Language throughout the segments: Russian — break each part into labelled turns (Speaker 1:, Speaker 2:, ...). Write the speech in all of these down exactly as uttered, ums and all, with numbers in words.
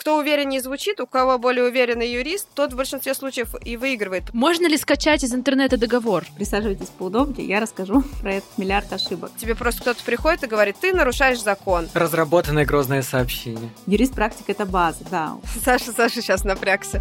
Speaker 1: кто увереннее звучит, у кого более уверенный юрист, тот в большинстве случаев и выигрывает.
Speaker 2: Можно ли скачать из интернета договор?
Speaker 3: Присаживайтесь поудобнее, я расскажу про этот миллиард ошибок.
Speaker 1: Тебе просто кто-то приходит и говорит, ты нарушаешь закон.
Speaker 4: Разработанное грозное сообщение.
Speaker 3: Юрист-практик — это база, да.
Speaker 1: Саша, Саша сейчас напрягся.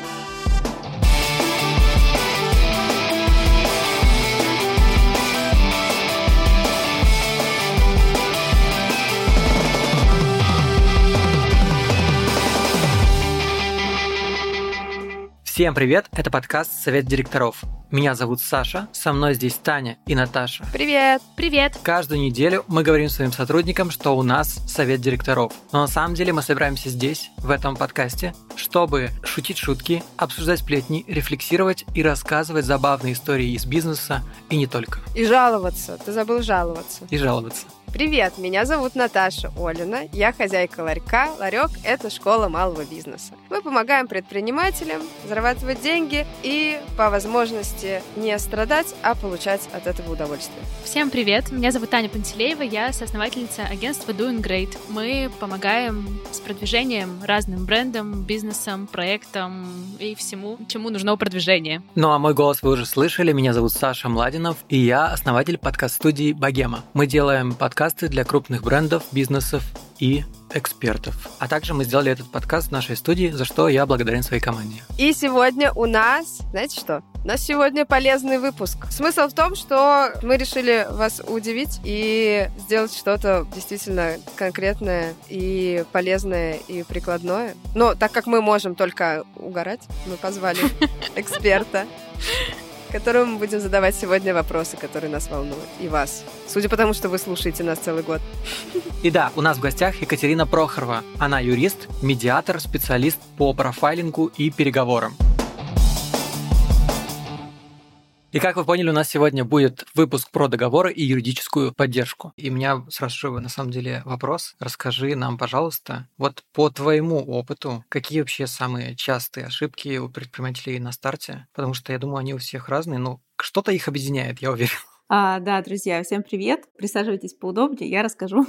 Speaker 4: Всем привет, это подкаст «Совет директоров». Меня зовут Саша, со мной здесь Таня и Наташа.
Speaker 1: Привет!
Speaker 2: Привет!
Speaker 4: Каждую неделю мы говорим своим сотрудникам, что у нас совет директоров. Но на самом деле мы собираемся здесь, в этом подкасте, чтобы шутить шутки, обсуждать сплетни, рефлексировать и рассказывать забавные истории из бизнеса и не только.
Speaker 1: И жаловаться. Ты забыл жаловаться.
Speaker 4: И жаловаться.
Speaker 1: Привет, меня зовут Наташа Олина, я хозяйка ларька. Ларек – это школа малого бизнеса. Мы помогаем предпринимателям зарабатывать деньги и, по возможности, не страдать, а получать от этого удовольствие.
Speaker 2: Всем привет, меня зовут Таня Пантелеева, я соосновательница агентства Doing Great. Мы помогаем с продвижением разным брендам, бизнесам, проектам и всему, чему нужно продвижение.
Speaker 4: Ну а мой голос вы уже слышали, меня зовут Саша Младинов, и я основатель подкаст-студии «Богема». Мы делаем подкаст для крупных брендов, бизнесов и экспертов. А также мы сделали этот подкаст в нашей студии, за что я благодарен своей команде.
Speaker 1: И сегодня у нас, знаете что? У нас сегодня полезный выпуск. Смысл в том, что мы решили вас удивить и сделать что-то действительно конкретное и полезное и прикладное. Но так как мы можем только угорать, мы позвали эксперта, которому мы будем задавать сегодня вопросы, которые нас волнуют, и вас. Судя по тому, что вы слушаете нас целый год.
Speaker 4: И да, у нас в гостях Екатерина Прохорова. Она юрист, медиатор, специалист по профайлингу и переговорам. И как вы поняли, у нас сегодня будет выпуск про договоры и юридическую поддержку. И у меня сразу же, на самом деле, вопрос. Расскажи нам, пожалуйста, вот по твоему опыту, какие вообще самые частые ошибки у предпринимателей на старте? Потому что я думаю, они у всех разные, но что-то их объединяет, я уверен.
Speaker 3: А, да, друзья, всем привет. Присаживайтесь поудобнее, я расскажу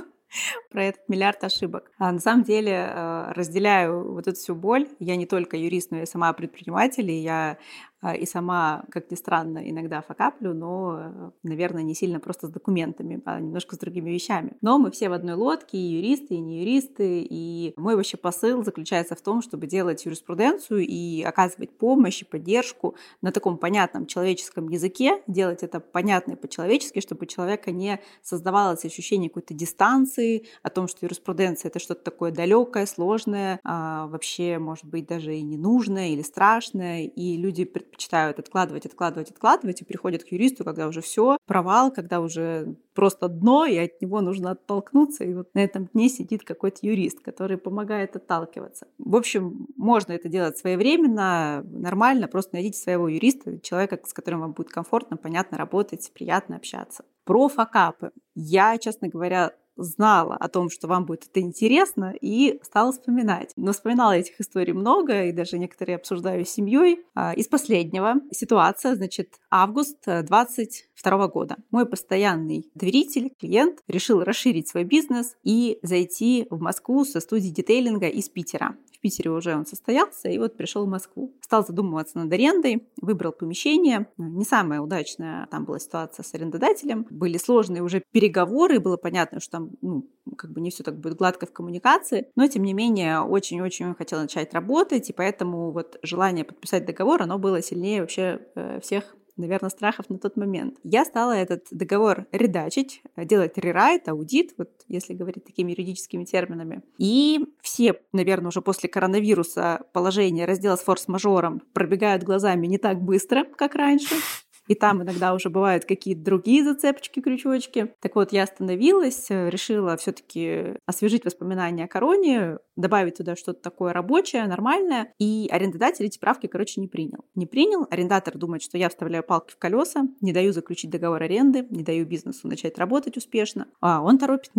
Speaker 3: про этот миллиард ошибок. А на самом деле разделяю вот эту всю боль. Я не только юрист, но и сама предприниматель, и я и сама, как ни странно, иногда факаплю, но, наверное, не сильно просто с документами, а немножко с другими вещами. Но мы все в одной лодке, и юристы, и не юристы, и мой вообще посыл заключается в том, чтобы делать юриспруденцию и оказывать помощь и поддержку на таком понятном человеческом языке, делать это понятно и по-человечески, чтобы у человека не создавалось ощущение какой-то дистанции, о том, что юриспруденция — это что-то такое далекое, сложное, а вообще, может быть, даже и ненужное или страшное, и люди предпочитают откладывать, откладывать, откладывать и приходят к юристу, когда уже все провал, когда уже просто дно, и от него нужно оттолкнуться, и вот на этом дне сидит какой-то юрист, который помогает отталкиваться. В общем, можно это делать своевременно, нормально, просто найдите своего юриста, человека, с которым вам будет комфортно, понятно работать, приятно общаться. Про факапы. Я, честно говоря, знала о том, что вам будет это интересно, и стала вспоминать. Но вспоминала этих историй много, и даже некоторые обсуждаю с семьей. Из последнего ситуация, значит, август двадцать второго года. Мой постоянный доверитель, клиент, решил расширить свой бизнес и зайти в Москву со студией детейлинга из Питера. В Питере уже он состоялся, и вот пришел в Москву. Стал задумываться над арендой, выбрал помещение. Не самая удачная там была ситуация с арендодателем. Были сложные уже переговоры, было понятно, что там ну, как бы не все так будет гладко в коммуникации, но тем не менее очень-очень хотел начать работать, и поэтому вот желание подписать договор, оно было сильнее вообще э, всех, наверное, страхов на тот момент. Я стала этот договор редачить, делать рерайт, аудит, вот если говорить такими юридическими терминами. И все, наверное, уже после коронавируса положения раздела с форс-мажором пробегают глазами не так быстро, как раньше. И там иногда уже бывают какие-то другие зацепочки, крючочки. Так вот, я остановилась, решила все-таки освежить воспоминания о короне, добавить туда что-то такое рабочее, нормальное. И арендодатель эти правки, короче, не принял. Не принял. Арендатор думает, что я вставляю палки в колеса, не даю заключить договор аренды, не даю бизнесу начать работать успешно. А он торопит меня.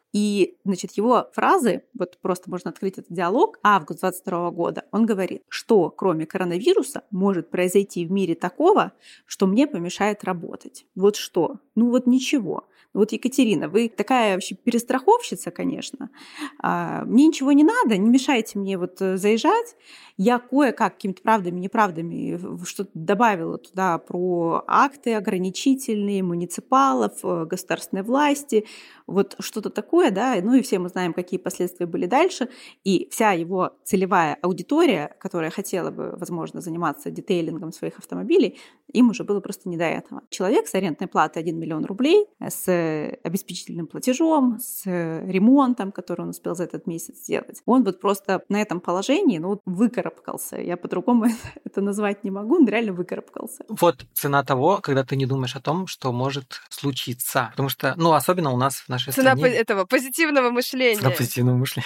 Speaker 3: И, значит, его фразы, вот просто можно открыть этот диалог, август двадцать второго года, он говорит, что кроме коронавируса может произойти в мире такого, что мне помешает работать. Вот что? Ну вот ничего. Вот, Екатерина, вы такая вообще перестраховщица, конечно. А, мне ничего не надо, не мешайте мне вот заезжать. Я кое-как какими-то правдами, неправдами что-то добавила туда про акты ограничительные, муниципалов, государственной власти, вот что-то такое, да, ну и все мы знаем, какие последствия были дальше, и вся его целевая аудитория, которая хотела бы, возможно, заниматься детейлингом своих автомобилей, им уже было просто не до этого. Человек с арендной платой один миллион рублей, с обеспечительным платежом, с ремонтом, который он успел за этот месяц сделать, он вот просто на этом положении, ну, выкарабкался. Я по-другому это назвать не могу, он реально выкарабкался.
Speaker 4: Вот цена того, когда ты не думаешь о том, что может случиться. Потому что, ну, особенно у нас в нашей
Speaker 1: Цена
Speaker 4: стране...
Speaker 1: этого позитивного мышления.
Speaker 4: Цена позитивного мышления.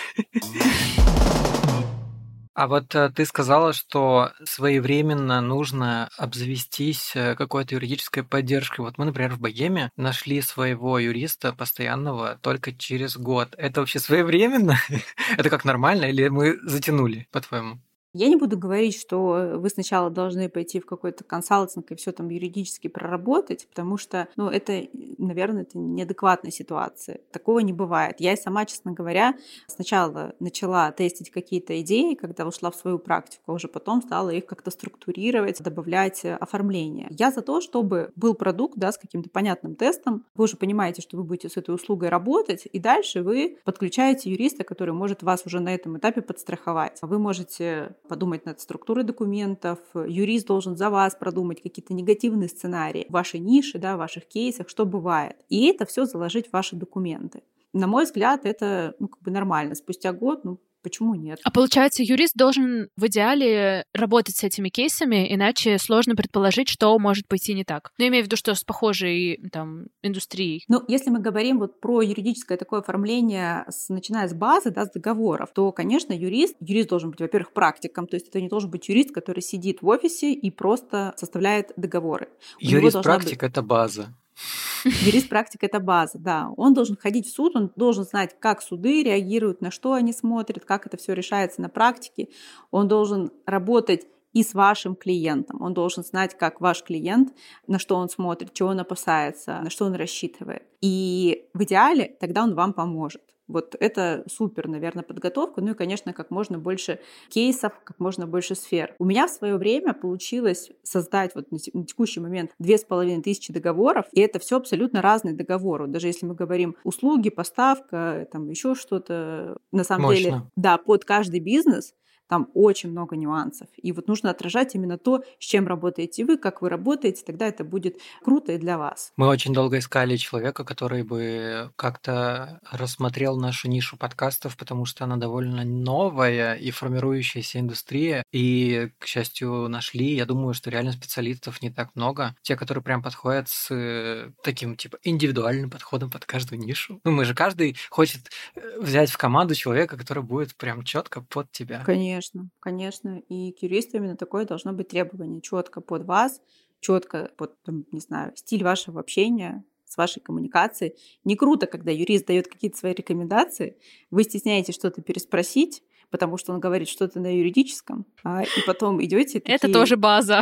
Speaker 4: А вот э, ты сказала, что своевременно нужно обзавестись э, какой-то юридической поддержкой. Вот мы, например, в Богеме нашли своего юриста постоянного только через год. Это вообще своевременно? Это как нормально или мы затянули, по-твоему?
Speaker 3: Я не буду говорить, что вы сначала должны пойти в какой-то консалтинг и все там юридически проработать, потому что, ну, это, наверное, это неадекватная ситуация. Такого не бывает. Я и сама, честно говоря, сначала начала тестить какие-то идеи, когда ушла в свою практику, а уже потом стала их как-то структурировать, добавлять оформление. Я за то, чтобы был продукт, да, с каким-то понятным тестом. Вы уже понимаете, что вы будете с этой услугой работать, и дальше вы подключаете юриста, который может вас уже на этом этапе подстраховать. Вы можете подумать над структурой документов, юрист должен за вас продумать какие-то негативные сценарии в вашей нише, да, в ваших кейсах, что бывает. И это все заложить в ваши документы. На мой взгляд, это, ну, как бы нормально. Спустя год, ну, почему нет?
Speaker 2: А получается, юрист должен в идеале работать с этими кейсами, иначе сложно предположить, что может пойти не так. Ну, имею в виду, что с похожей там индустрией.
Speaker 3: Ну, если мы говорим вот про юридическое такое оформление, с, начиная с базы, да, с договоров, то, конечно, юрист, юрист должен быть, во-первых, практиком, то есть это не должен быть юрист, который сидит в офисе и просто составляет договоры.
Speaker 4: Юрист-практик быть... — это база.
Speaker 3: Юрист-практик — это база, да. Он должен ходить в суд, он должен знать, как суды реагируют, на что они смотрят, как это все решается на практике. Он должен работать и с вашим клиентом. Он должен знать, как ваш клиент, на что он смотрит, чего он опасается, на что он рассчитывает. И в идеале тогда он вам поможет. Вот это супер, наверное, подготовка. Ну и, конечно, как можно больше кейсов, как можно больше сфер. У меня в свое время получилось создать вот на текущий момент две с половиной тысячи договоров, и это все абсолютно разные договоры. Даже если мы говорим услуги, поставка, там еще что-то, на самом
Speaker 4: Мощно.
Speaker 3: деле, да, под каждый бизнес там очень много нюансов. И вот нужно отражать именно то, с чем работаете вы, как вы работаете, тогда это будет круто и для вас.
Speaker 4: Мы очень долго искали человека, который бы как-то рассмотрел нашу нишу подкастов, потому что она довольно новая и формирующаяся индустрия. И, к счастью, нашли. Я думаю, что реально специалистов не так много. Те, которые прям подходят с таким, типа, индивидуальным подходом под каждую нишу. Ну, мы же каждый хочет взять в команду человека, который будет прям четко под тебя.
Speaker 3: Конечно. Конечно, конечно. И к юристу именно такое должно быть требование. Четко под вас, четко под, там, не знаю, стиль вашего общения, с вашей коммуникацией. Не круто, когда юрист дает какие-то свои рекомендации, вы стесняетесь что-то переспросить, потому что он говорит что-то на юридическом, а, и потом идете. Такие...
Speaker 2: Это тоже база.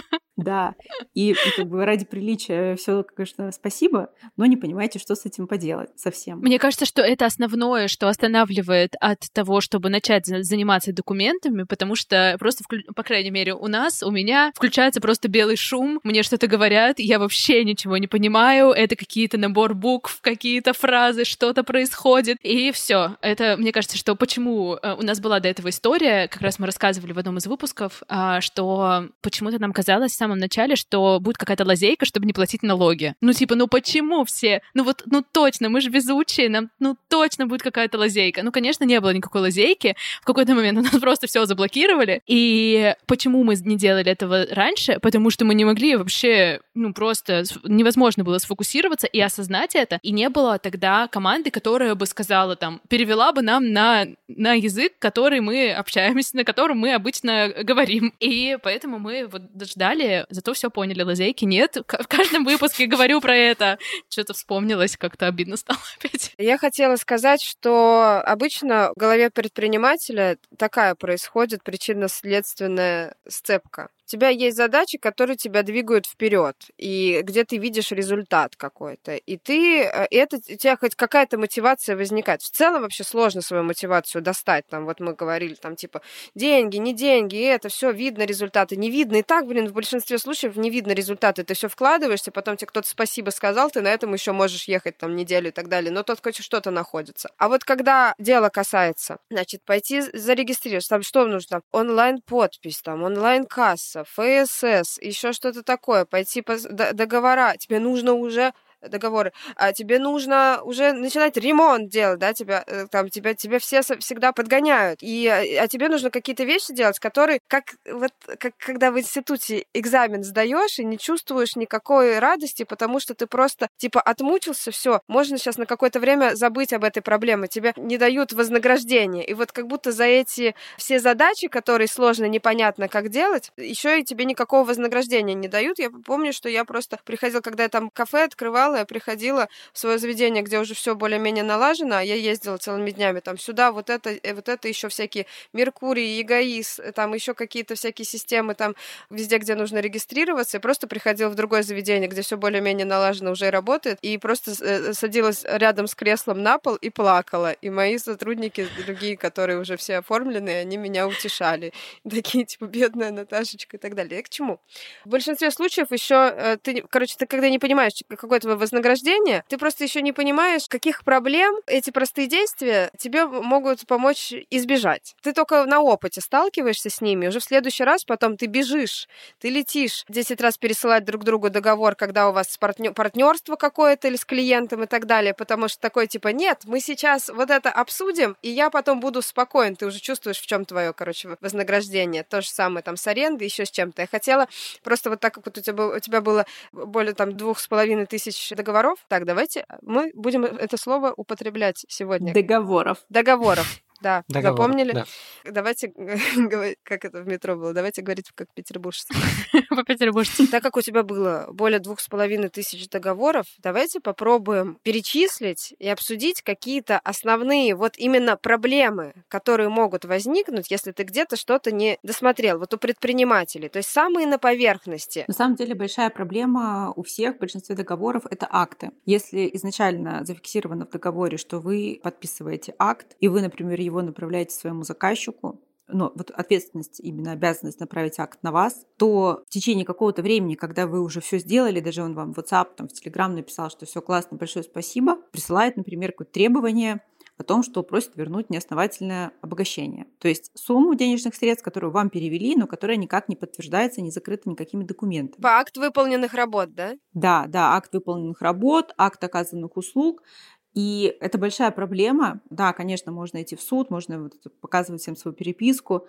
Speaker 3: Да, и, и как бы ради приличия все, конечно, спасибо, но не понимаете, что с этим поделать совсем.
Speaker 2: Мне кажется, что это основное, что останавливает от того, чтобы начать заниматься документами, потому что просто, по крайней мере, у нас, у меня включается просто белый шум, мне что-то говорят, я вообще ничего не понимаю, это какие-то набор букв, какие-то фразы, что-то происходит, и все. Это, мне кажется, что почему у нас была до этого история, как раз мы рассказывали в одном из выпусков, что почему-то нам казалось в самом начале, что будет какая-то лазейка, чтобы не платить налоги. Ну, типа, ну почему все? Ну вот, ну точно, мы же везучие, нам, ну точно будет какая-то лазейка. Ну, конечно, не было никакой лазейки. В какой-то момент у нас просто все заблокировали. И почему мы не делали этого раньше? Потому что мы не могли вообще, ну, просто невозможно было сфокусироваться и осознать это. И не было тогда команды, которая бы сказала, там, перевела бы нам на, на язык, который мы общаемся, на котором мы обычно говорим. И поэтому мы вот ждали поняли, зато все поняли. Лазейки нет. В каждом выпуске говорю про это. Что-то вспомнилось, как-то обидно стало опять.
Speaker 1: Я хотела сказать, что обычно в голове предпринимателя такая происходит причинно-следственная сцепка. У тебя есть задачи, которые тебя двигают вперед, и где ты видишь результат какой-то. И ты, это, у тебя хоть какая-то мотивация возникает. В целом вообще сложно свою мотивацию достать. Там вот мы говорили, там типа деньги, не деньги, и это все видно результаты, не видно. И так, блин, в большинстве случаев не видно результаты. Ты все вкладываешься, потом тебе кто-то спасибо сказал, ты на этом еще можешь ехать там неделю и так далее. Но тут хоть что-то находится. А вот когда дело касается, значит, пойти зарегистрироваться, там что нужно? Онлайн-подпись, там онлайн-касса, эф эс эс, еще что-то такое, пойти по договора, тебе нужно уже договоры, а тебе нужно уже начинать ремонт делать, да, тебя там тебя тебя все всегда подгоняют, и а тебе нужно какие-то вещи делать, которые как вот как когда в институте экзамен сдаешь и не чувствуешь никакой радости, потому что ты просто типа отмучился, все, можно сейчас на какое-то время забыть об этой проблеме, тебе не дают вознаграждения, и вот как будто за эти все задачи, которые сложно, непонятно как делать, еще и тебе никакого вознаграждения не дают. Я помню, что я просто приходила, когда я там кафе открывала, я приходила в свое заведение, где уже все более-менее налажено, а я ездила целыми днями там сюда, вот это, вот это еще всякие Меркурий, эгоист, там еще какие-то всякие системы там везде, где нужно регистрироваться, я просто приходила в другое заведение, где все более-менее налажено уже и работает, и просто садилась рядом с креслом на пол и плакала, и мои сотрудники другие, которые уже все оформлены, они меня утешали, такие типа бедная Наташечка и так далее. И к чему? В большинстве случаев еще ты, короче, ты когда не понимаешь, какое твое вознаграждение, ты просто еще не понимаешь, каких проблем эти простые действия тебе могут помочь избежать. Ты только на опыте сталкиваешься с ними, уже в следующий раз потом ты бежишь, ты летишь десять раз пересылать друг другу договор, когда у вас партнер, партнерство какое-то или с клиентом и так далее, потому что такой типа, нет, мы сейчас вот это обсудим, и я потом буду спокоен, ты уже чувствуешь, в чем твое, короче, вознаграждение. То же самое там с арендой, еще с чем-то. Я хотела просто вот так, как вот у тебя, у тебя было более там двух с половиной тысяч договоров. Так, давайте мы будем это слово употреблять сегодня.
Speaker 3: Договоров.
Speaker 1: Договоров. Да,
Speaker 4: Договор,
Speaker 1: запомнили?
Speaker 4: да.
Speaker 1: Давайте, как это в метро было, давайте говорить как петербуржцы.
Speaker 2: По-петербуржски.
Speaker 1: Так как у тебя было более двух с половиной тысяч договоров, давайте попробуем перечислить и обсудить какие-то основные вот именно проблемы, которые могут возникнуть, если ты где-то что-то не досмотрел. Вот у предпринимателей, то есть самые на поверхности.
Speaker 3: На самом деле большая проблема у всех в большинстве договоров — это акты. Если изначально зафиксировано в договоре, что вы подписываете акт, и вы, например, его направляете своему заказчику, но вот ответственность, именно обязанность направить акт на вас, то в течение какого-то времени, когда вы уже все сделали, даже он вам в WhatsApp, там, в Telegram написал, что все классно, большое спасибо, присылает, например, какое-то требование о том, что просит вернуть неосновательное обогащение. То есть сумму денежных средств, которую вам перевели, но которая никак не подтверждается, не закрыта никакими документами.
Speaker 1: По акт выполненных работ, да?
Speaker 3: Да, да, акт выполненных работ, акт оказанных услуг. И это большая проблема. Да, конечно, можно идти в суд, можно вот показывать всем свою переписку,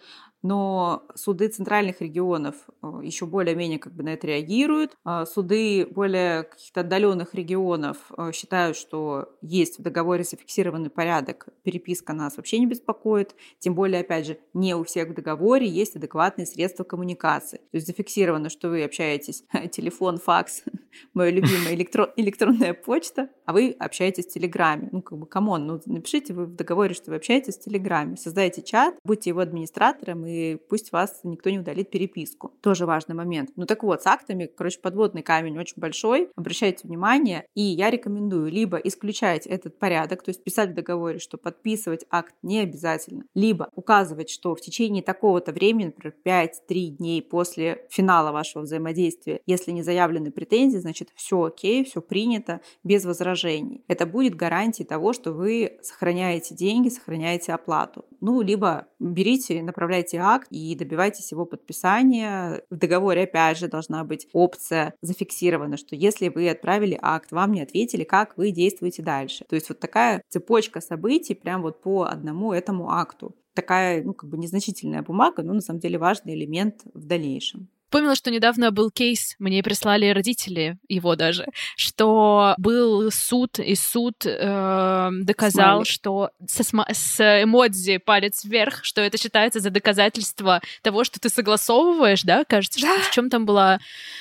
Speaker 3: но суды центральных регионов еще более-менее как бы на это реагируют. Суды более каких-то отдаленных регионов считают, что есть в договоре зафиксированный порядок, переписка нас вообще не беспокоит. Тем более, опять же, не у всех в договоре есть адекватные средства коммуникации. То есть зафиксировано, что вы общаетесь телефон, факс, моя любимая электро- электронная почта, а вы общаетесь в Телеграме. Ну, как бы, камон, ну, напишите вы в договоре, что вы общаетесь в Телеграме, создайте чат, будьте его администратором, и пусть вас никто не удалит переписку. Тоже важный момент. Ну, так вот, с актами, короче, подводный камень очень большой, обращайте внимание, и я рекомендую либо исключать этот порядок, то есть писать в договоре, что подписывать акт не обязательно, либо указывать, что в течение такого-то времени, например, пять-три дней после финала вашего взаимодействия, если не заявлены претензии, значит, все окей, все принято, без возражений. Это будет гарантией того, что вы сохраняете деньги, сохраняете оплату. Ну, либо берите, направляйте акт и добивайтесь его подписания. В договоре, опять же, должна быть опция зафиксирована, что если вы отправили акт, вам не ответили, как вы действуете дальше. То есть вот такая цепочка событий прям вот по одному этому акту. Такая, ну, как бы незначительная бумага, но на самом деле важный элемент в дальнейшем.
Speaker 2: Вспомнила, что недавно был кейс, мне прислали родители его даже, что был суд, и суд э, доказал,
Speaker 3: Смайлик.
Speaker 2: что со сма- с эмодзи палец вверх, что это считается за доказательство того, что ты согласовываешь, да, кажется, что в чем там была...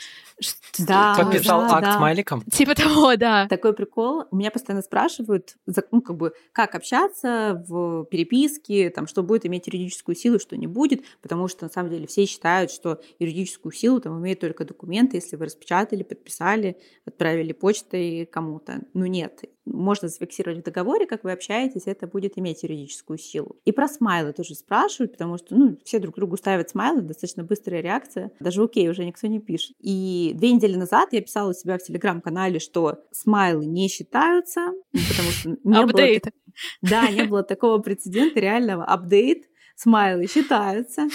Speaker 3: Да,
Speaker 4: Подписал
Speaker 3: да,
Speaker 4: акт
Speaker 3: да.
Speaker 4: смайликом.
Speaker 2: Типа того, да.
Speaker 3: Такой прикол. У меня постоянно спрашивают, за- ну, как бы, как общаться в переписке, там, что будет иметь юридическую силу, что не будет, потому что, на самом деле, все считают, что юридическую силу там имеют только документы, если вы распечатали, подписали, отправили почтой кому-то. Ну, нет. Можно зафиксировать в договоре, как вы общаетесь, это будет иметь юридическую силу. И про смайлы тоже спрашивают, потому что, ну, все друг другу ставят смайлы, достаточно быстрая реакция. Даже окей, уже никто не пишет. И две недели назад я писала у себя в Телеграм-канале, что смайлы не считаются, потому что не было...
Speaker 2: Апдейт.
Speaker 3: Да, не было такого прецедента реального. Апдейт. Смайлы считаются.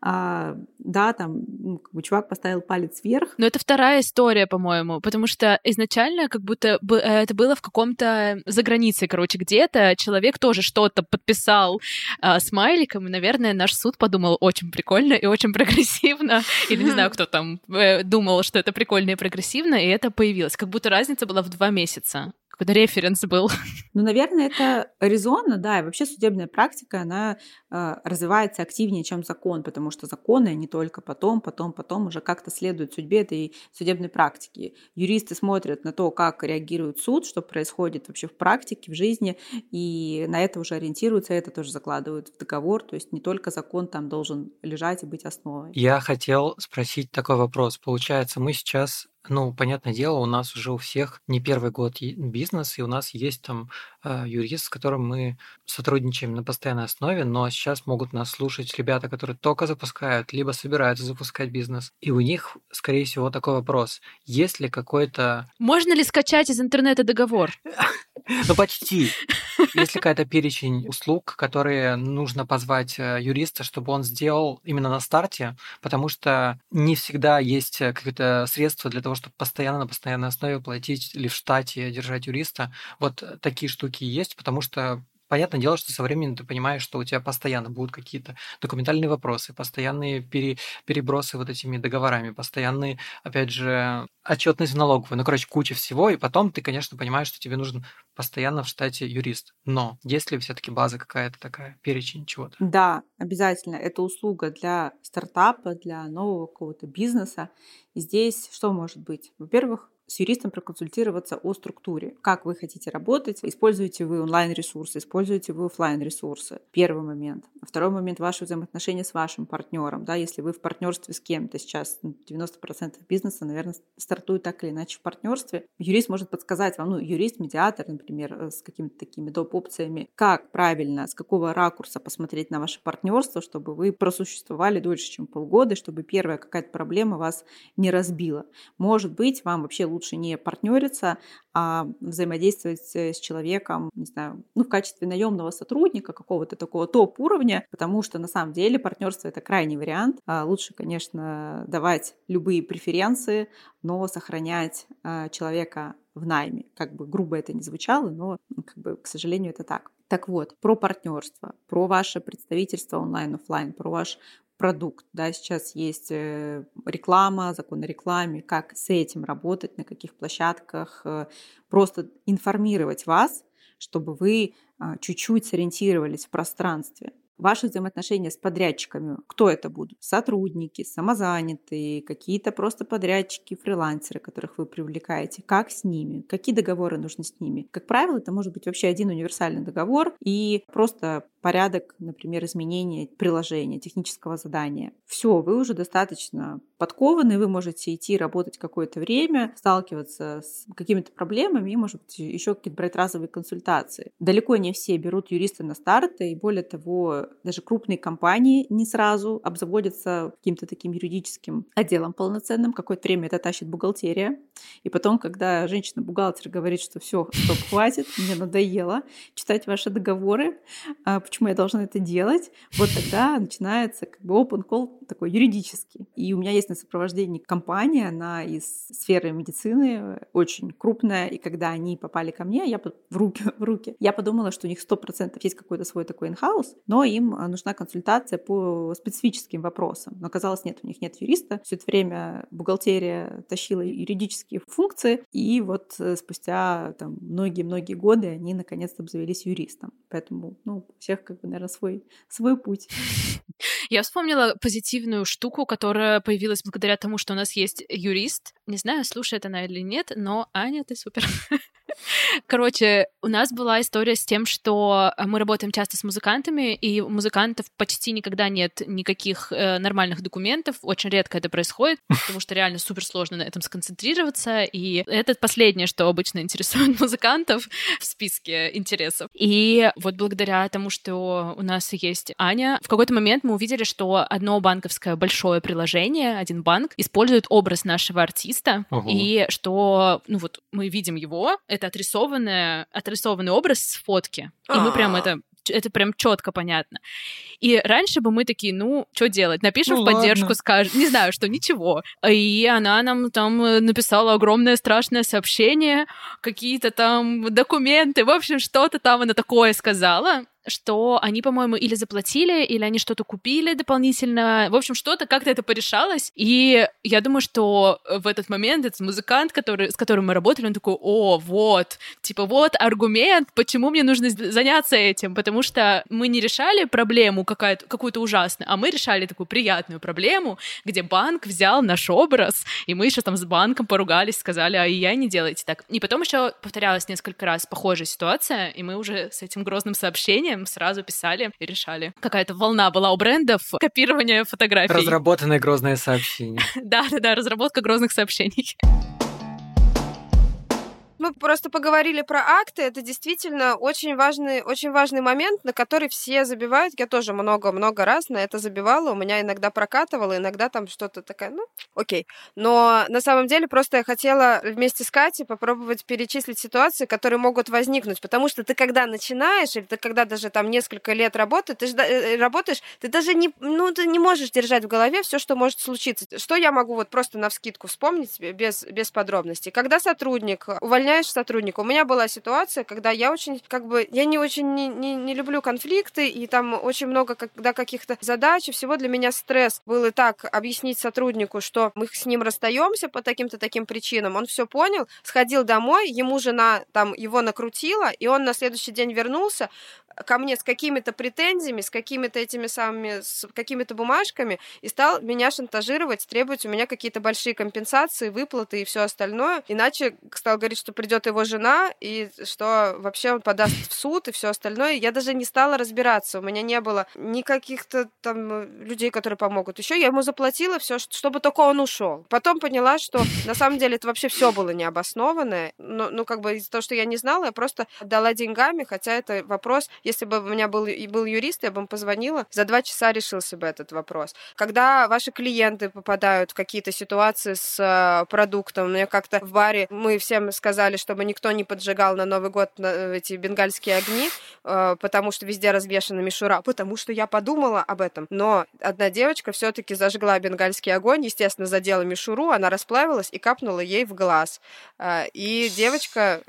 Speaker 3: А, да, там ну, как бы чувак поставил палец вверх.
Speaker 2: Но это вторая история, по-моему, потому что изначально как будто бы это было в каком-то загранице, короче, где-то человек тоже что-то подписал а, смайликом, и, наверное, наш суд подумал очень прикольно и очень прогрессивно, или не знаю, кто там э, думал, что это прикольно и прогрессивно, и это появилось. Как будто разница была в два месяца. Какой-то референс был.
Speaker 3: Ну, наверное, это резонно, да, и вообще судебная практика, она э, развивается активнее, чем закон, потому что законы, они только потом, потом, потом уже как-то следуют судьбе этой судебной практики. Юристы смотрят на то, как реагирует суд, что происходит вообще в практике, в жизни, и на это уже ориентируются, это тоже закладывают в договор, то есть не только закон там должен лежать и быть основой.
Speaker 4: Я хотел спросить такой вопрос. Получается, мы сейчас, ну, понятное дело, у нас уже у всех не первый год е- бизнес, и у нас есть там э, юрист, с которым мы сотрудничаем на постоянной основе, но сейчас могут нас слушать ребята, которые только запускают, либо собираются запускать бизнес. И у них, скорее всего, такой вопрос. Есть ли какой-то...
Speaker 2: Можно ли скачать из интернета договор?
Speaker 4: Ну, почти. Есть ли какая-то перечень услуг, которые нужно позвать э, юриста, чтобы он сделал именно на старте, потому что не всегда есть э, какие-то средства для того, чтобы постоянно на постоянной основе платить или в штате держать юриста. Вот э, такие штуки есть, потому что понятное дело, что со временем ты понимаешь, что у тебя постоянно будут какие-то документальные вопросы, постоянные пере- перебросы вот этими договорами, постоянные, опять же, отчетность в налоговую. Ну, короче, куча всего, и потом ты, конечно, понимаешь, что тебе нужен постоянно в штате юрист. Но есть ли все-таки база какая-то такая, перечень чего-то?
Speaker 3: Да, обязательно. Это услуга для стартапа, для нового какого-то бизнеса. И здесь что может быть? Во-первых, с юристом проконсультироваться о структуре. Как вы хотите работать? Используете вы онлайн-ресурсы, используете вы офлайн-ресурсы? Первый момент. Второй момент — ваши взаимоотношения с вашим партнером. Да, если вы в партнерстве с кем-то сейчас, девяносто процентов бизнеса, наверное, стартует так или иначе в партнерстве, юрист может подсказать вам, ну, юрист-медиатор, например, с какими-то такими доп. Опциями, как правильно, с какого ракурса посмотреть на ваше партнерство, чтобы вы просуществовали дольше, чем полгода, чтобы первая какая-то проблема вас не разбила. Может быть, вам вообще лучше не партнериться, а взаимодействовать с человеком, не знаю, ну, в качестве наемного сотрудника какого-то такого топ-уровня, потому что на самом деле партнерство — это крайний вариант. Лучше, конечно, давать любые преференции, но сохранять человека в найме. Как бы грубо это ни звучало, но, как бы, к сожалению, это так. Так вот, про партнерство, про ваше представительство онлайн-офлайн, про ваш продукт. Да, сейчас есть реклама, закон о рекламе, как с этим работать, на каких площадках, просто информировать вас, чтобы вы чуть-чуть сориентировались в пространстве. Ваши взаимоотношения с подрядчиками, кто это будут? Сотрудники, самозанятые, какие-то просто подрядчики, фрилансеры, которых вы привлекаете. Как с ними? Какие договоры нужны с ними? Как правило, это может быть вообще один универсальный договор и просто порядок, например, изменения приложения, технического задания. Все, вы уже достаточно подкованы, вы можете идти работать какое-то время, сталкиваться с какими-то проблемами и, может быть, еще какие-то брать разовые консультации. Далеко не все берут юриста на старт, и более того, даже крупные компании не сразу обзаводятся каким-то таким юридическим отделом полноценным. Какое-то время это тащит бухгалтерия. И потом, когда женщина-бухгалтер говорит, что все, стоп, хватит, мне надоело читать ваши договоры, почему я должна это делать, вот тогда начинается как бы open call такой юридический. И у меня есть на сопровождении компания, она из сферы медицины, очень крупная, и когда они попали ко мне, я в руки, в руки, я подумала, что у них сто процентов есть какой-то свой такой in-house, но им нужна консультация по специфическим вопросам. Но оказалось, нет, у них нет юриста. Все это время бухгалтерия тащила юридические функции, и вот спустя там многие-многие годы они наконец-то обзавелись юристом. Поэтому, ну, у всех, как бы, наверное, свой, свой путь.
Speaker 2: Я вспомнила позитивную штуку, которая появилась благодаря тому, что у нас есть юрист. Не знаю, слушает она или нет, но Аня, ты супер. Короче, у нас была история с тем, что мы работаем часто с музыкантами, и у музыкантов почти никогда нет никаких э, нормальных документов. Очень редко это происходит, потому что реально супер сложно на этом сконцентрироваться. И это последнее, что обычно интересует музыкантов в списке интересов. И вот благодаря тому, что у нас есть Аня, в какой-то момент мы увидели, что одно банковское большое приложение, один банк, использует образ нашего артиста,
Speaker 4: Ого.
Speaker 2: и что, ну вот, мы видим его, это отрисованный, отрисованный образ с фотки. И мы прям это, это прям четко понятно. И раньше бы мы такие, ну, что делать? Напишем
Speaker 4: Ну,
Speaker 2: в поддержку,
Speaker 4: ладно.
Speaker 2: скажем, не знаю, что, ничего. И она нам там написала огромное страшное сообщение, какие-то там документы, в общем, что-то там она такое сказала, что они, по-моему, или заплатили, или они что-то купили дополнительно. В общем, что-то как-то это порешалось. И я думаю, что в этот момент этот музыкант, который, с которым мы работали, он такой: о, вот, типа, вот аргумент, почему мне нужно заняться этим, потому что мы не решали проблему какая-то, какую-то ужасную, а мы решали такую приятную проблему, где банк взял наш образ, и мы еще там с банком поругались, сказали: а и я не делайте так. И потом еще повторялась несколько раз похожая ситуация, и мы уже с этим грозным сообщением сразу писали и решали. Какая-то волна была у брендов копирования фотографий.
Speaker 4: Разработанное грозное сообщение.
Speaker 2: Да-да-да, разработка грозных сообщений.
Speaker 1: Мы просто поговорили про акты. Это действительно очень важный, очень важный момент, на который все забивают. Я тоже много-много раз на это забивала. У меня иногда прокатывало, иногда там что-то такое, ну, окей. Но на самом деле просто я хотела вместе с Катей попробовать перечислить ситуации, которые могут возникнуть. Потому что ты когда начинаешь, или ты когда даже там несколько лет работаешь, ты, ж, работаешь, ты даже не, ну, ты не можешь держать в голове все, что может случиться. Что я могу вот просто навскидку вспомнить без, без подробностей? Когда сотрудник увольняется, сотрудника. У меня была ситуация, когда я очень, как бы, я не очень не, не, не люблю конфликты, и там очень много когда каких-то задач, и всего для меня стресс был и так объяснить сотруднику, что мы с ним расстаемся по таким-то таким причинам. Он все понял, сходил домой, ему жена там его накрутила, и он на следующий день вернулся ко мне с какими-то претензиями, с какими-то этими самыми, с какими-то бумажками, и стал меня шантажировать, требовать у меня какие-то большие компенсации, выплаты и все остальное. Иначе стал говорить, что придет его жена, и что вообще он подаст в суд и все остальное. Я даже не стала разбираться. У меня не было никаких-то там людей, которые помогут. Еще я ему заплатила все, чтобы только он ушел. Потом поняла, что на самом деле это вообще все было необоснованное. Но, ну, как бы из-за того, что я не знала, я просто отдала деньгами, хотя это вопрос. Если бы у меня был, был юрист, я бы ему позвонила, за два часа решился бы этот вопрос. Когда ваши клиенты попадают в какие-то ситуации с э, продуктом, мне как-то в баре мы всем сказали, чтобы никто не поджигал на Новый год эти бенгальские огни, э, потому что везде развешана мишура, потому что я подумала об этом. Но одна девочка все-таки зажгла бенгальский огонь, естественно, задела мишуру, она расплавилась и капнула ей в глаз. Э, и девочка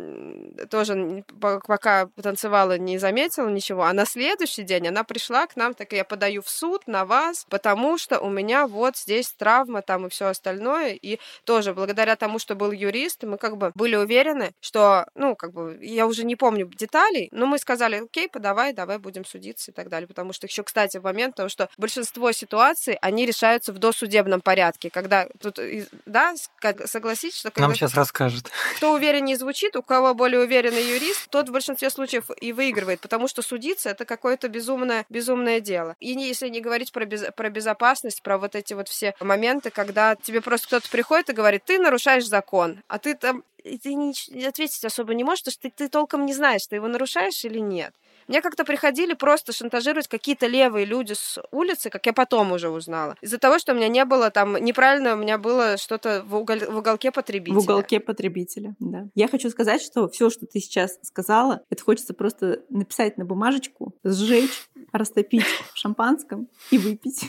Speaker 1: э, тоже пока танцевала, не заметила ничего, а на следующий день она пришла к нам, так: я подаю в суд на вас, потому что у меня вот здесь травма там и все остальное, и тоже благодаря тому, что был юрист, мы как бы были уверены, что, ну, как бы, я уже не помню деталей, но мы сказали: окей, подавай, давай будем судиться и так далее, потому что еще, кстати, в момент того, что большинство ситуаций, они решаются в досудебном порядке, когда тут, да, согласитесь, что когда...
Speaker 4: Нам сейчас расскажет.
Speaker 1: Кто увереннее звучит, у кого более уверенный юрист, тот в большинстве случаев и выигрывает, потому что судиться — это какое-то безумное, безумное дело. И если не говорить про, без, про безопасность, про вот эти вот все моменты, когда тебе просто кто-то приходит и говорит: ты нарушаешь закон, а ты там, и ты не, ответить особо не можешь, потому что ты, ты толком не знаешь, ты его нарушаешь или нет. Мне как-то приходили просто шантажировать какие-то левые люди с улицы, как я потом уже узнала. Из-за того, что у меня не было там неправильно, у меня было что-то в, угол, в уголке потребителя.
Speaker 3: В уголке потребителя, да. Я хочу сказать, что все, что ты сейчас сказала, это хочется просто написать на бумажечку, сжечь, растопить в шампанском и выпить.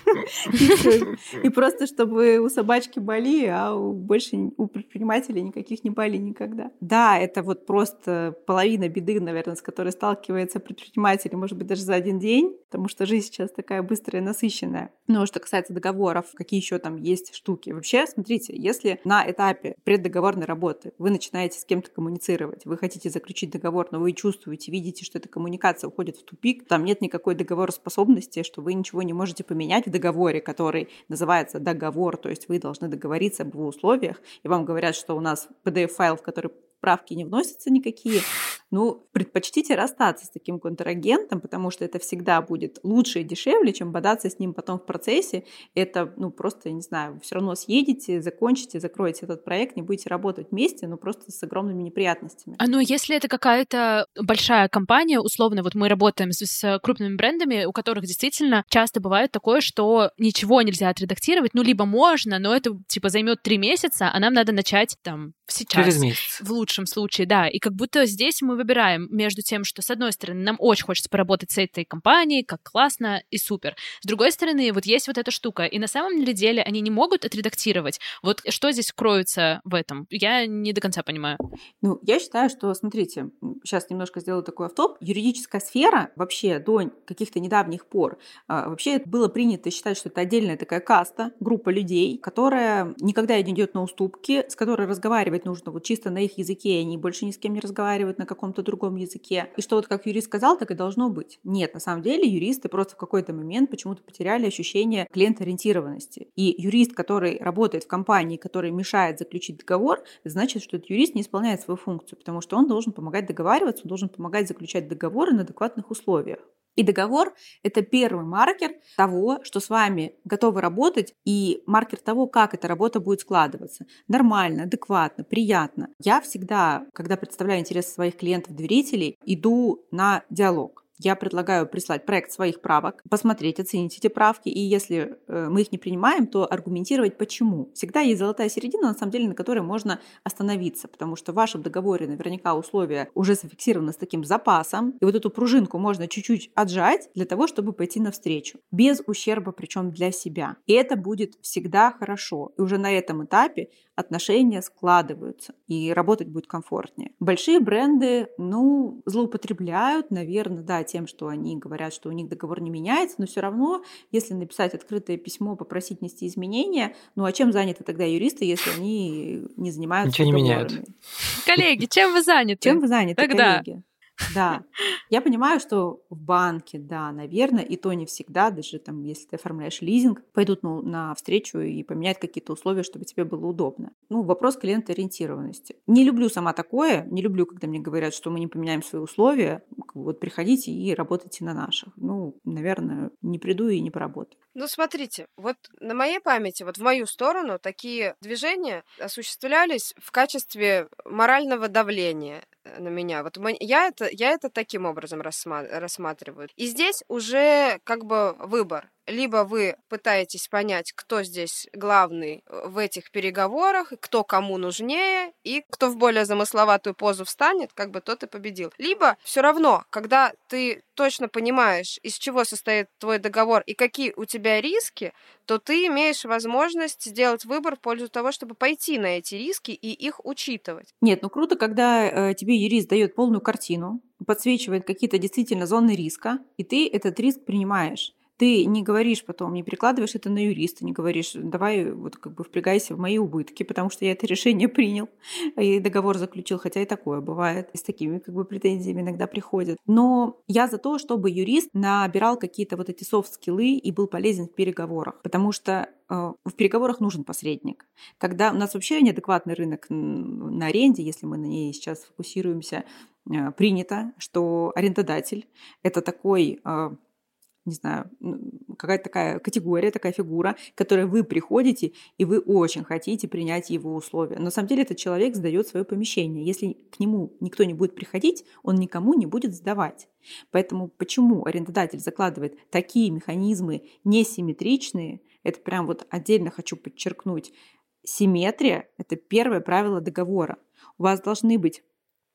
Speaker 3: И просто, чтобы у собачки боли, а больше у предпринимателей никаких не боли никогда. Да, это вот просто половина беды, наверное, с которой сталкивается предприниматель, может быть, даже за один день, потому что жизнь сейчас такая быстрая, насыщенная. Но что касается договоров, какие еще там есть штуки? Вообще, смотрите, если на этапе преддоговорной работы вы начинаете с кем-то коммуницировать, вы хотите заключить договор, но вы чувствуете, видите, что эта коммуникация уходит в тупик, там нет никакой договороспособности, что вы ничего не можете поменять в договоре, который называется договор, то есть вы должны договориться об его условиях, и вам говорят, что у нас пи ди эф-файл, в который правки не вносятся никакие, ну, предпочтите расстаться с таким контрагентом, потому что это всегда будет лучше и дешевле, чем бодаться с ним потом в процессе. Это, ну, просто, я не знаю, вы все равно съедете, закончите, закроете этот проект, не будете работать вместе, но просто с огромными неприятностями.
Speaker 2: А ну, если это какая-то большая компания, условно, вот мы работаем с, с крупными брендами, у которых действительно часто бывает такое, что ничего нельзя отредактировать, ну, либо можно, но это, типа, займет три месяца, а нам надо начать там сейчас.
Speaker 4: Через месяц.
Speaker 2: В лучшем случае, да. И как будто здесь мы выбираем между тем, что, с одной стороны, нам очень хочется поработать с этой компанией, как классно и супер. С другой стороны, вот есть вот эта штука, и на самом деле они не могут отредактировать. Вот что здесь кроется в этом? Я не до конца понимаю.
Speaker 3: Ну, я считаю, что, смотрите, сейчас немножко сделаю такой автоп. Юридическая сфера вообще до каких-то недавних пор вообще было принято считать, что это отдельная такая каста, группа людей, которая никогда не идет на уступки, с которой разговаривать нужно вот чисто на их языке, и они больше ни с кем не разговаривают на каком-то другом языке. И что вот как юрист сказал, так и должно быть. Нет, на самом деле юристы просто в какой-то момент почему-то потеряли ощущение клиентоориентированности. И юрист, который работает в компании, который мешает заключить договор, значит, что этот юрист не исполняет свою функцию, потому что он должен помогать договариваться, он должен помогать заключать договоры на адекватных условиях. И договор – это первый маркер того, что с вами готовы работать, и маркер того, как эта работа будет складываться. Нормально, адекватно, приятно. Я всегда, когда представляю интересы своих клиентов-доверителей, иду на диалог. Я предлагаю прислать проект своих правок, посмотреть, оценить эти правки, и если мы их не принимаем, то аргументировать почему. Всегда есть золотая середина, на самом деле, на которой можно остановиться, потому что в вашем договоре наверняка условия уже зафиксированы с таким запасом, и вот эту пружинку можно чуть-чуть отжать для того, чтобы пойти навстречу, без ущерба, причем для себя. И это будет всегда хорошо. И уже на этом этапе отношения складываются, и работать будет комфортнее. Большие бренды, ну, злоупотребляют, наверное, да, тем, что они говорят, что у них договор не меняется, но все равно, если написать открытое письмо, попросить внести изменения, ну а чем заняты тогда юристы, если они не занимаются
Speaker 4: Ничего
Speaker 3: договорами?
Speaker 4: не меняют.
Speaker 2: Коллеги, чем вы заняты?
Speaker 3: Чем вы заняты,
Speaker 2: Тогда.
Speaker 3: коллеги? Да, я понимаю, что в банке, да, наверное, и то не всегда, даже там, если ты оформляешь лизинг, пойдут ну, на встречу и поменять какие-то условия, чтобы тебе было удобно. Ну, вопрос клиентоориентированности. Не люблю сама такое, не люблю, когда мне говорят, что мы не поменяем свои условия, вот приходите и работайте на наших. Ну, наверное, не приду и не поработаю.
Speaker 1: Ну, смотрите, вот на моей памяти, вот в мою сторону такие движения осуществлялись в качестве морального давления на меня. Вот мы, я, это, я это таким образом рассма- рассматриваю. И здесь уже как бы выбор. Либо вы пытаетесь понять, кто здесь главный в этих переговорах, кто кому нужнее, и кто в более замысловатую позу встанет, как бы тот и победил. Либо все равно, когда ты точно понимаешь, из чего состоит твой договор и какие у тебя риски, то ты имеешь возможность сделать выбор в пользу того, чтобы пойти на эти риски и их учитывать.
Speaker 3: Нет, ну круто, когда э, тебе юрист дает полную картину, подсвечивает какие-то действительно зоны риска, и ты этот риск принимаешь. Ты не говоришь потом, не перекладываешь это на юриста, не говоришь, давай вот как бы впрягайся в мои убытки, потому что я это решение принял и договор заключил, хотя и такое бывает, и с такими как бы претензиями иногда приходят. Но я за то, чтобы юрист набирал какие-то вот эти софт-скиллы и был полезен в переговорах, потому что э, в переговорах нужен посредник. Когда у нас вообще неадекватный рынок на аренде, если мы на ней сейчас фокусируемся, э, принято, что арендодатель – это такой… Э, не знаю, какая-то такая категория, такая фигура, к которой вы приходите, и вы очень хотите принять его условия. Но на самом деле этот человек сдает свое помещение. Если к нему никто не будет приходить, он никому не будет сдавать. Поэтому почему арендодатель закладывает такие механизмы несимметричные, это прям вот отдельно хочу подчеркнуть. Симметрия – это первое правило договора. У вас должны быть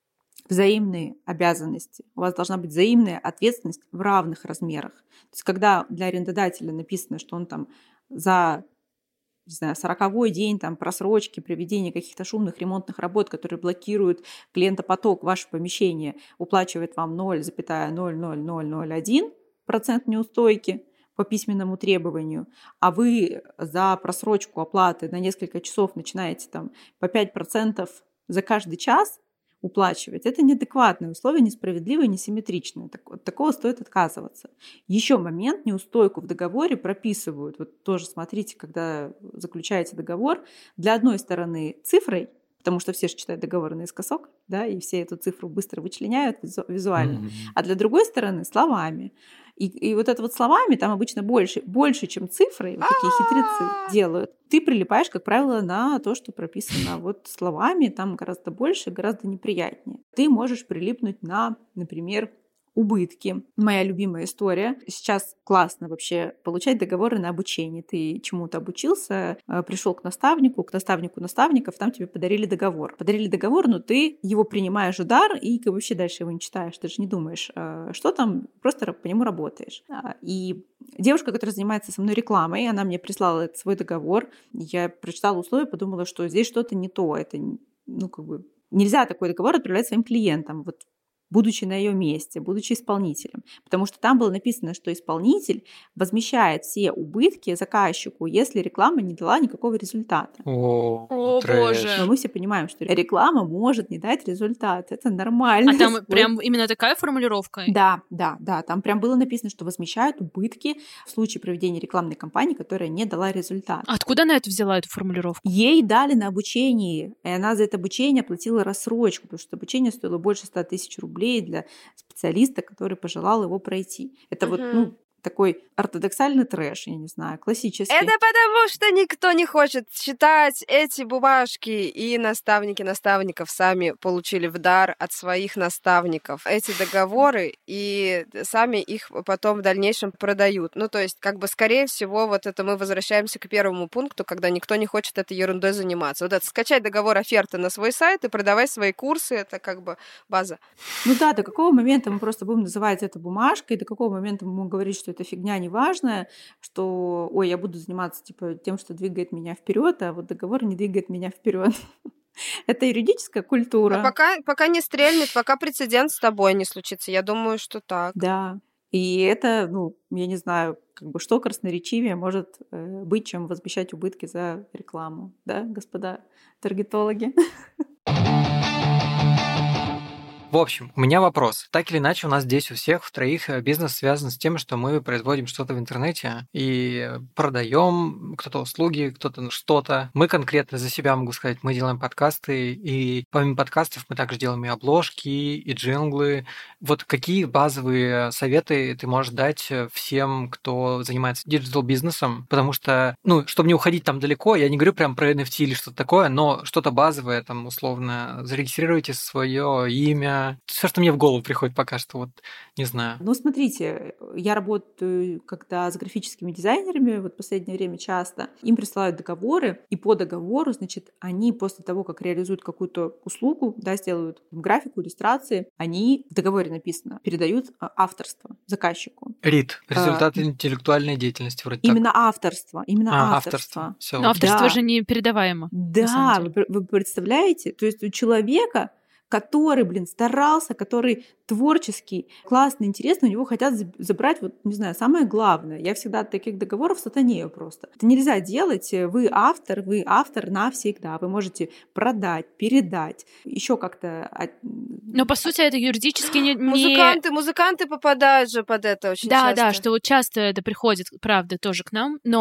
Speaker 3: взаимные обязанности, у вас должна быть взаимная ответственность в равных размерах. То есть когда для арендодателя написано, что он там за не знаю, сороковой день там, просрочки, проведения каких-то шумных ремонтных работ, которые блокируют клиентопоток, ваше помещение, уплачивает вам ноль целых ноль ноль ноль ноль один процент неустойки по письменному требованию, а вы за просрочку оплаты на несколько часов начинаете там, по пять процентов за каждый час уплачивать. Это неадекватные условия, несправедливые, несимметричные. Так, от такого стоит отказываться. Еще момент, неустойку в договоре прописывают. Вот тоже смотрите, когда заключаете договор, для одной стороны цифрой, потому что все же читают договоры наискосок, да, и все эту цифру быстро вычленяют визуально, mm-hmm. а для другой стороны словами. И, и вот это вот словами там обычно больше, больше, чем цифрой, вот такие хитрецы делают. Ты прилипаешь, как правило, на то, что прописано вот словами, там гораздо больше, гораздо неприятнее. Ты можешь прилипнуть на, например, убытки. Моя любимая история. Сейчас классно вообще получать договоры на обучение. Ты чему-то обучился, пришел к наставнику, к наставнику наставников, там тебе подарили договор. Подарили договор, но ты его принимаешь в дар и вообще дальше его не читаешь. Ты же не думаешь, что там, просто по нему работаешь. И девушка, которая занимается со мной рекламой, она мне прислала этот свой договор. Я прочитала условия, подумала, что здесь что-то не то. Это, ну, как бы, нельзя такой договор отправлять своим клиентам. Вот будучи на ее месте, будучи исполнителем. Потому что там было написано, что исполнитель возмещает все убытки заказчику, если реклама не дала никакого результата.
Speaker 2: О, О боже!
Speaker 3: Но мы все понимаем, что реклама может не дать результат. Это нормально.
Speaker 2: А там свой... прям именно такая формулировка?
Speaker 3: Да, да, да. Там прям было написано, что возмещают убытки в случае проведения рекламной кампании, которая не дала результат.
Speaker 2: Откуда она это взяла, эту формулировку?
Speaker 3: Ей дали на обучении, и она за это обучение оплатила рассрочку, потому что обучение стоило больше ста тысяч рублей для специалиста, который пожелал его пройти. Это uh-huh. вот, ну, такой ортодоксальный трэш, я не знаю, классический.
Speaker 1: Это потому, что никто не хочет читать эти бумажки, и наставники наставников сами получили в дар от своих наставников эти договоры, и сами их потом в дальнейшем продают. Ну, то есть, как бы, скорее всего, вот это мы возвращаемся к первому пункту, когда никто не хочет этой ерундой заниматься. Вот это скачать договор оферты на свой сайт и продавай свои курсы, это как бы база.
Speaker 3: Ну да, до какого момента мы просто будем называть это бумажкой, до какого момента мы будем говорить, что это фигня неважная, что, ой, я буду заниматься типа тем, что двигает меня вперед, а вот договор не двигает меня вперед. Это юридическая культура.
Speaker 1: А пока, пока не стрельнет, пока прецедент с тобой не случится, я думаю, что так.
Speaker 3: Да. И это, ну, я не знаю, как бы что красноречивее может э, быть, чем возмещать убытки за рекламу, да, господа таргетологи?
Speaker 4: В общем, у меня вопрос. Так или иначе, у нас здесь у всех, в троих, бизнес связан с тем, что мы производим что-то в интернете и продаем, кто-то услуги, кто-то что-то. Мы конкретно за себя могу сказать, мы делаем подкасты, и помимо подкастов мы также делаем и обложки, и джинглы. Вот какие базовые советы ты можешь дать всем, кто занимается диджитал-бизнесом? Потому что, ну, чтобы не уходить там далеко, я не говорю прям про эн эф ти или что-то такое, но что-то базовое, там, условно, зарегистрируйте свое имя, все, что мне в голову приходит пока что, вот не знаю.
Speaker 3: Ну, смотрите, я работаю когда с графическими дизайнерами, вот в последнее время часто, им присылают договоры, и по договору, значит, они после того, как реализуют какую-то услугу, да, сделают графику, иллюстрации, они, в договоре написано, передают авторство заказчику.
Speaker 4: РИД, результат а, интеллектуальной деятельности вроде
Speaker 3: Именно
Speaker 4: так.
Speaker 3: авторство, именно
Speaker 4: а,
Speaker 3: авторство.
Speaker 4: авторство. Всё.
Speaker 2: Но авторство
Speaker 3: да.
Speaker 2: же не передаваемо.
Speaker 3: Да, вы, вы представляете? То есть у человека, который, блин, старался, который творческий, классный, интересный, у него хотят забрать, вот, не знаю, самое главное. Я всегда от таких договоров сатанею просто. Это нельзя делать. Вы автор, вы автор навсегда. Вы можете продать, передать, еще как-то...
Speaker 2: Но, по сути, это юридически не...
Speaker 1: Музыканты, музыканты попадают же под это очень
Speaker 2: да,
Speaker 1: часто.
Speaker 2: Да, да, что вот часто это приходит, правда, тоже к нам, но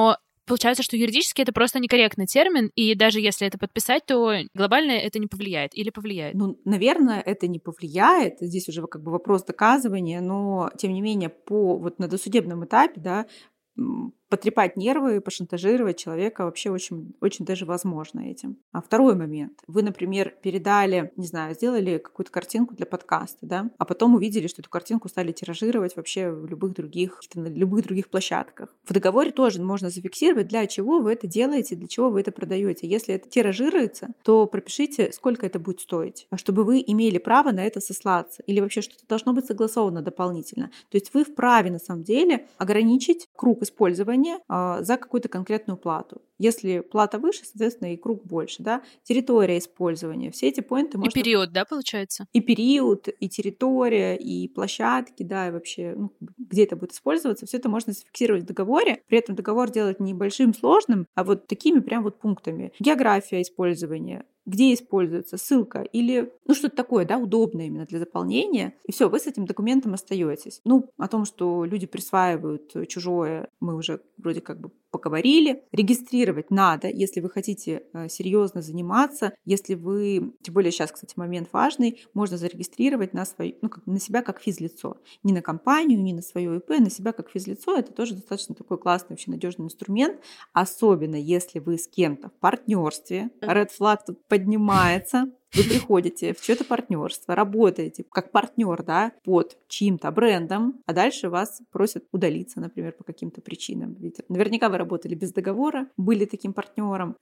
Speaker 2: Получается, что юридически это просто некорректный термин, и даже если это подписать, то глобально это не повлияет или повлияет?
Speaker 3: Ну, наверное, это не повлияет. Здесь уже как бы вопрос доказывания, но тем не менее по вот на досудебном этапе, да, потрепать нервы, пошантажировать человека вообще очень, очень даже возможно этим. А второй момент. Вы, например, передали, не знаю, сделали какую-то картинку для подкаста, да, а потом увидели, что эту картинку стали тиражировать вообще в любых других, на любых других площадках. В договоре тоже можно зафиксировать, для чего вы это делаете, для чего вы это продаете. Если это тиражируется, то пропишите, сколько это будет стоить, чтобы вы имели право на это сослаться. Или вообще что-то должно быть согласовано дополнительно. То есть вы вправе, на самом деле, ограничить круг использования за какую-то конкретную плату. Если плата выше, соответственно, и круг больше, да, территория использования, все эти поинты можно...
Speaker 2: И период, да, получается?
Speaker 3: И период, и территория, и площадки, да, и вообще, ну, где это будет использоваться, все это можно зафиксировать в договоре, при этом договор делать не большим, сложным, а вот такими прям вот пунктами. География использования, где используется ссылка или, ну, что-то такое, да, удобное именно для заполнения, и все, вы с этим документом остаетесь. Ну, о том, что люди присваивают чужое, мы уже вроде как бы поговорили. Регистрировать надо, если вы хотите серьезно заниматься, если вы, тем более сейчас, кстати, момент важный, можно зарегистрировать на, свой, ну, как, на себя как физлицо. Не на компанию, не на свое ИП, на себя как физлицо. Это тоже достаточно такой классный, вообще надежный инструмент, особенно если вы с кем-то в партнерстве. Red flag тут поднимается. Вы приходите в чьё-то партнерство, работаете как партнер, да, под чьим-то брендом, а дальше вас просят удалиться, например, по каким-то причинам. Ведь наверняка вы работали без договора, были таким партнером,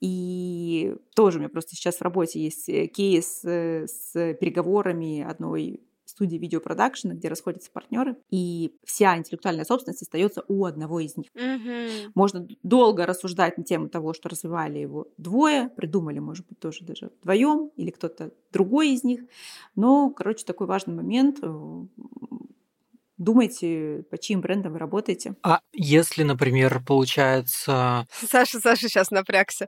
Speaker 3: и тоже у меня просто сейчас в работе есть кейс с переговорами одной студии видеопродакшена, где расходятся партнеры, и вся интеллектуальная собственность остается у одного из них.
Speaker 1: Mm-hmm.
Speaker 3: Можно долго рассуждать на тему того, что развивали его двое, придумали, может быть, тоже даже вдвоем, или кто-то другой из них. Но, короче, такой важный момент. Думайте, по чьим брендам вы работаете.
Speaker 4: А если, например, получается...
Speaker 1: Саша, Саша сейчас напрягся.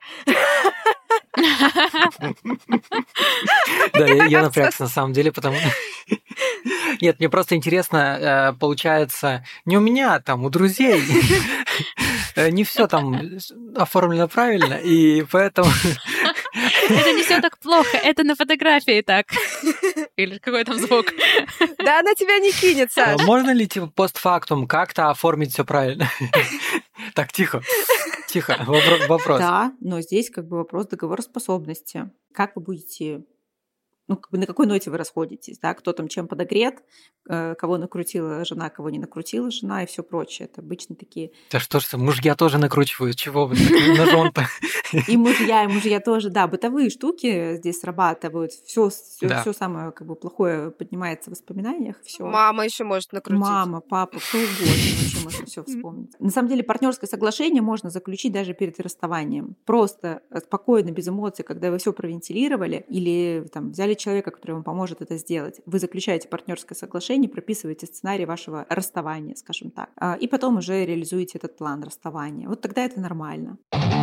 Speaker 4: Да, я напрягся на самом деле, потому... Нет, мне просто интересно, получается, не у меня, там, у друзей не все там оформлено правильно, и поэтому...
Speaker 2: Это не все так плохо, это на фотографии так. Или какой там звук?
Speaker 1: Да она тебя не кинет, Саш.
Speaker 4: Можно ли, типа, постфактум как-то оформить все правильно? Так, тихо. Тихо, вопрос.
Speaker 3: Да, но здесь как бы вопрос договороспособности. Как вы будете, ну, как бы на какой ноте вы расходитесь, да, кто там чем подогрет, кого накрутила жена, кого не накрутила жена и все прочее. Это обычно такие...
Speaker 4: Да что ж, мужья тоже накручивают, чего вы на жон-то?
Speaker 3: И мужья, и мужья тоже, да, бытовые штуки здесь срабатывают, все, все,
Speaker 4: Да.
Speaker 3: все самое как бы плохое поднимается в воспоминаниях, все.
Speaker 1: Мама еще может накрутить.
Speaker 3: Мама, папа, кто угодно, вообще можно все вспомнить. На самом деле партнерское соглашение можно заключить даже перед расставанием. Просто спокойно, без эмоций, когда вы все провентилировали или там взяли человека, который вам поможет это сделать, вы заключаете партнерское соглашение, прописываете сценарий вашего расставания, скажем так, и потом уже реализуете этот план расставания. Вот тогда это нормально.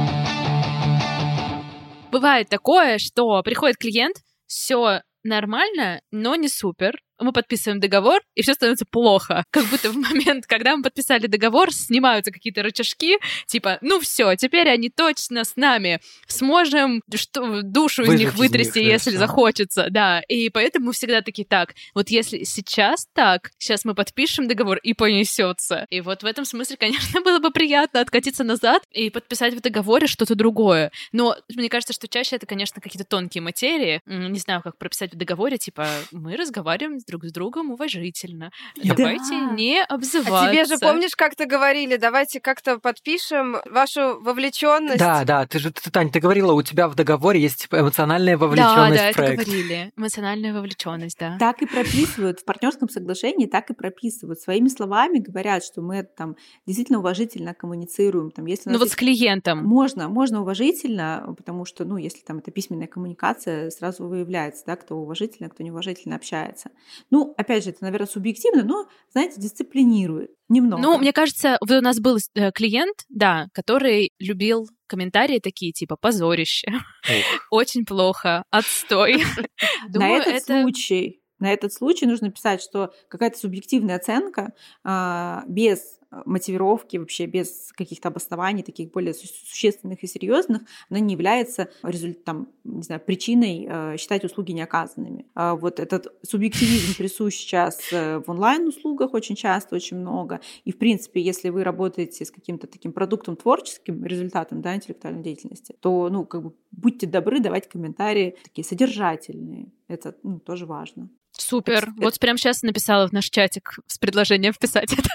Speaker 2: Бывает такое, что приходит клиент, все нормально, но не супер. Мы подписываем договор, и все становится плохо. Как будто в момент, когда мы подписали договор, снимаются какие-то рычажки, типа, ну все, теперь они точно с нами. Сможем что, душу из них вытрясти, из них, если да, захочется. Да, и поэтому мы всегда такие, так, вот если сейчас так, сейчас мы подпишем договор, и понесется. И вот в этом смысле, конечно, было бы приятно откатиться назад и подписать в договоре что-то другое. Но мне кажется, что чаще это, конечно, какие-то тонкие материи. Не знаю, как прописать в договоре, типа, мы разговариваем друг с другом уважительно. Да. Давайте не обзываться.
Speaker 1: А тебе же, помнишь, как ты говорили, давайте как-то подпишем вашу вовлеченность.
Speaker 4: Да, да, ты же, ты, Тань, ты говорила, у тебя в договоре есть типа эмоциональная вовлеченность
Speaker 2: да,
Speaker 4: в проект.
Speaker 2: Да, да, это говорили. Эмоциональная вовлеченность, да.
Speaker 3: Так и прописывают в партнерском соглашении, так и прописывают. Своими словами говорят, что мы там действительно уважительно коммуницируем. Там, если
Speaker 2: ну вот
Speaker 3: есть...
Speaker 2: с клиентом.
Speaker 3: Можно, можно уважительно, потому что, ну, если там это письменная коммуникация, сразу выявляется, да, кто уважительно, кто неуважительно общается. Ну, опять же, это, наверное, субъективно, но, знаете, дисциплинирует немного.
Speaker 2: Ну, мне кажется, вот у нас был клиент, да, который любил комментарии такие, типа, позорище, очень плохо, отстой.
Speaker 3: На этот случай... На этот случай нужно писать, что какая-то субъективная оценка без мотивировки, вообще без каких-то обоснований, таких более существенных и серьезных, она не является результатом, не знаю, причиной э, считать услуги неоказанными. А вот этот субъективизм присущ сейчас в онлайн-услугах очень часто, очень много. И, в принципе, если вы работаете с каким-то таким продуктом творческим, результатом, да, интеллектуальной деятельности, то, ну, как бы будьте добры давать комментарии такие содержательные. Это, ну, тоже важно.
Speaker 2: Супер.
Speaker 3: Это,
Speaker 2: вот
Speaker 3: это...
Speaker 2: прямо сейчас написала в наш чатик с предложением вписать это.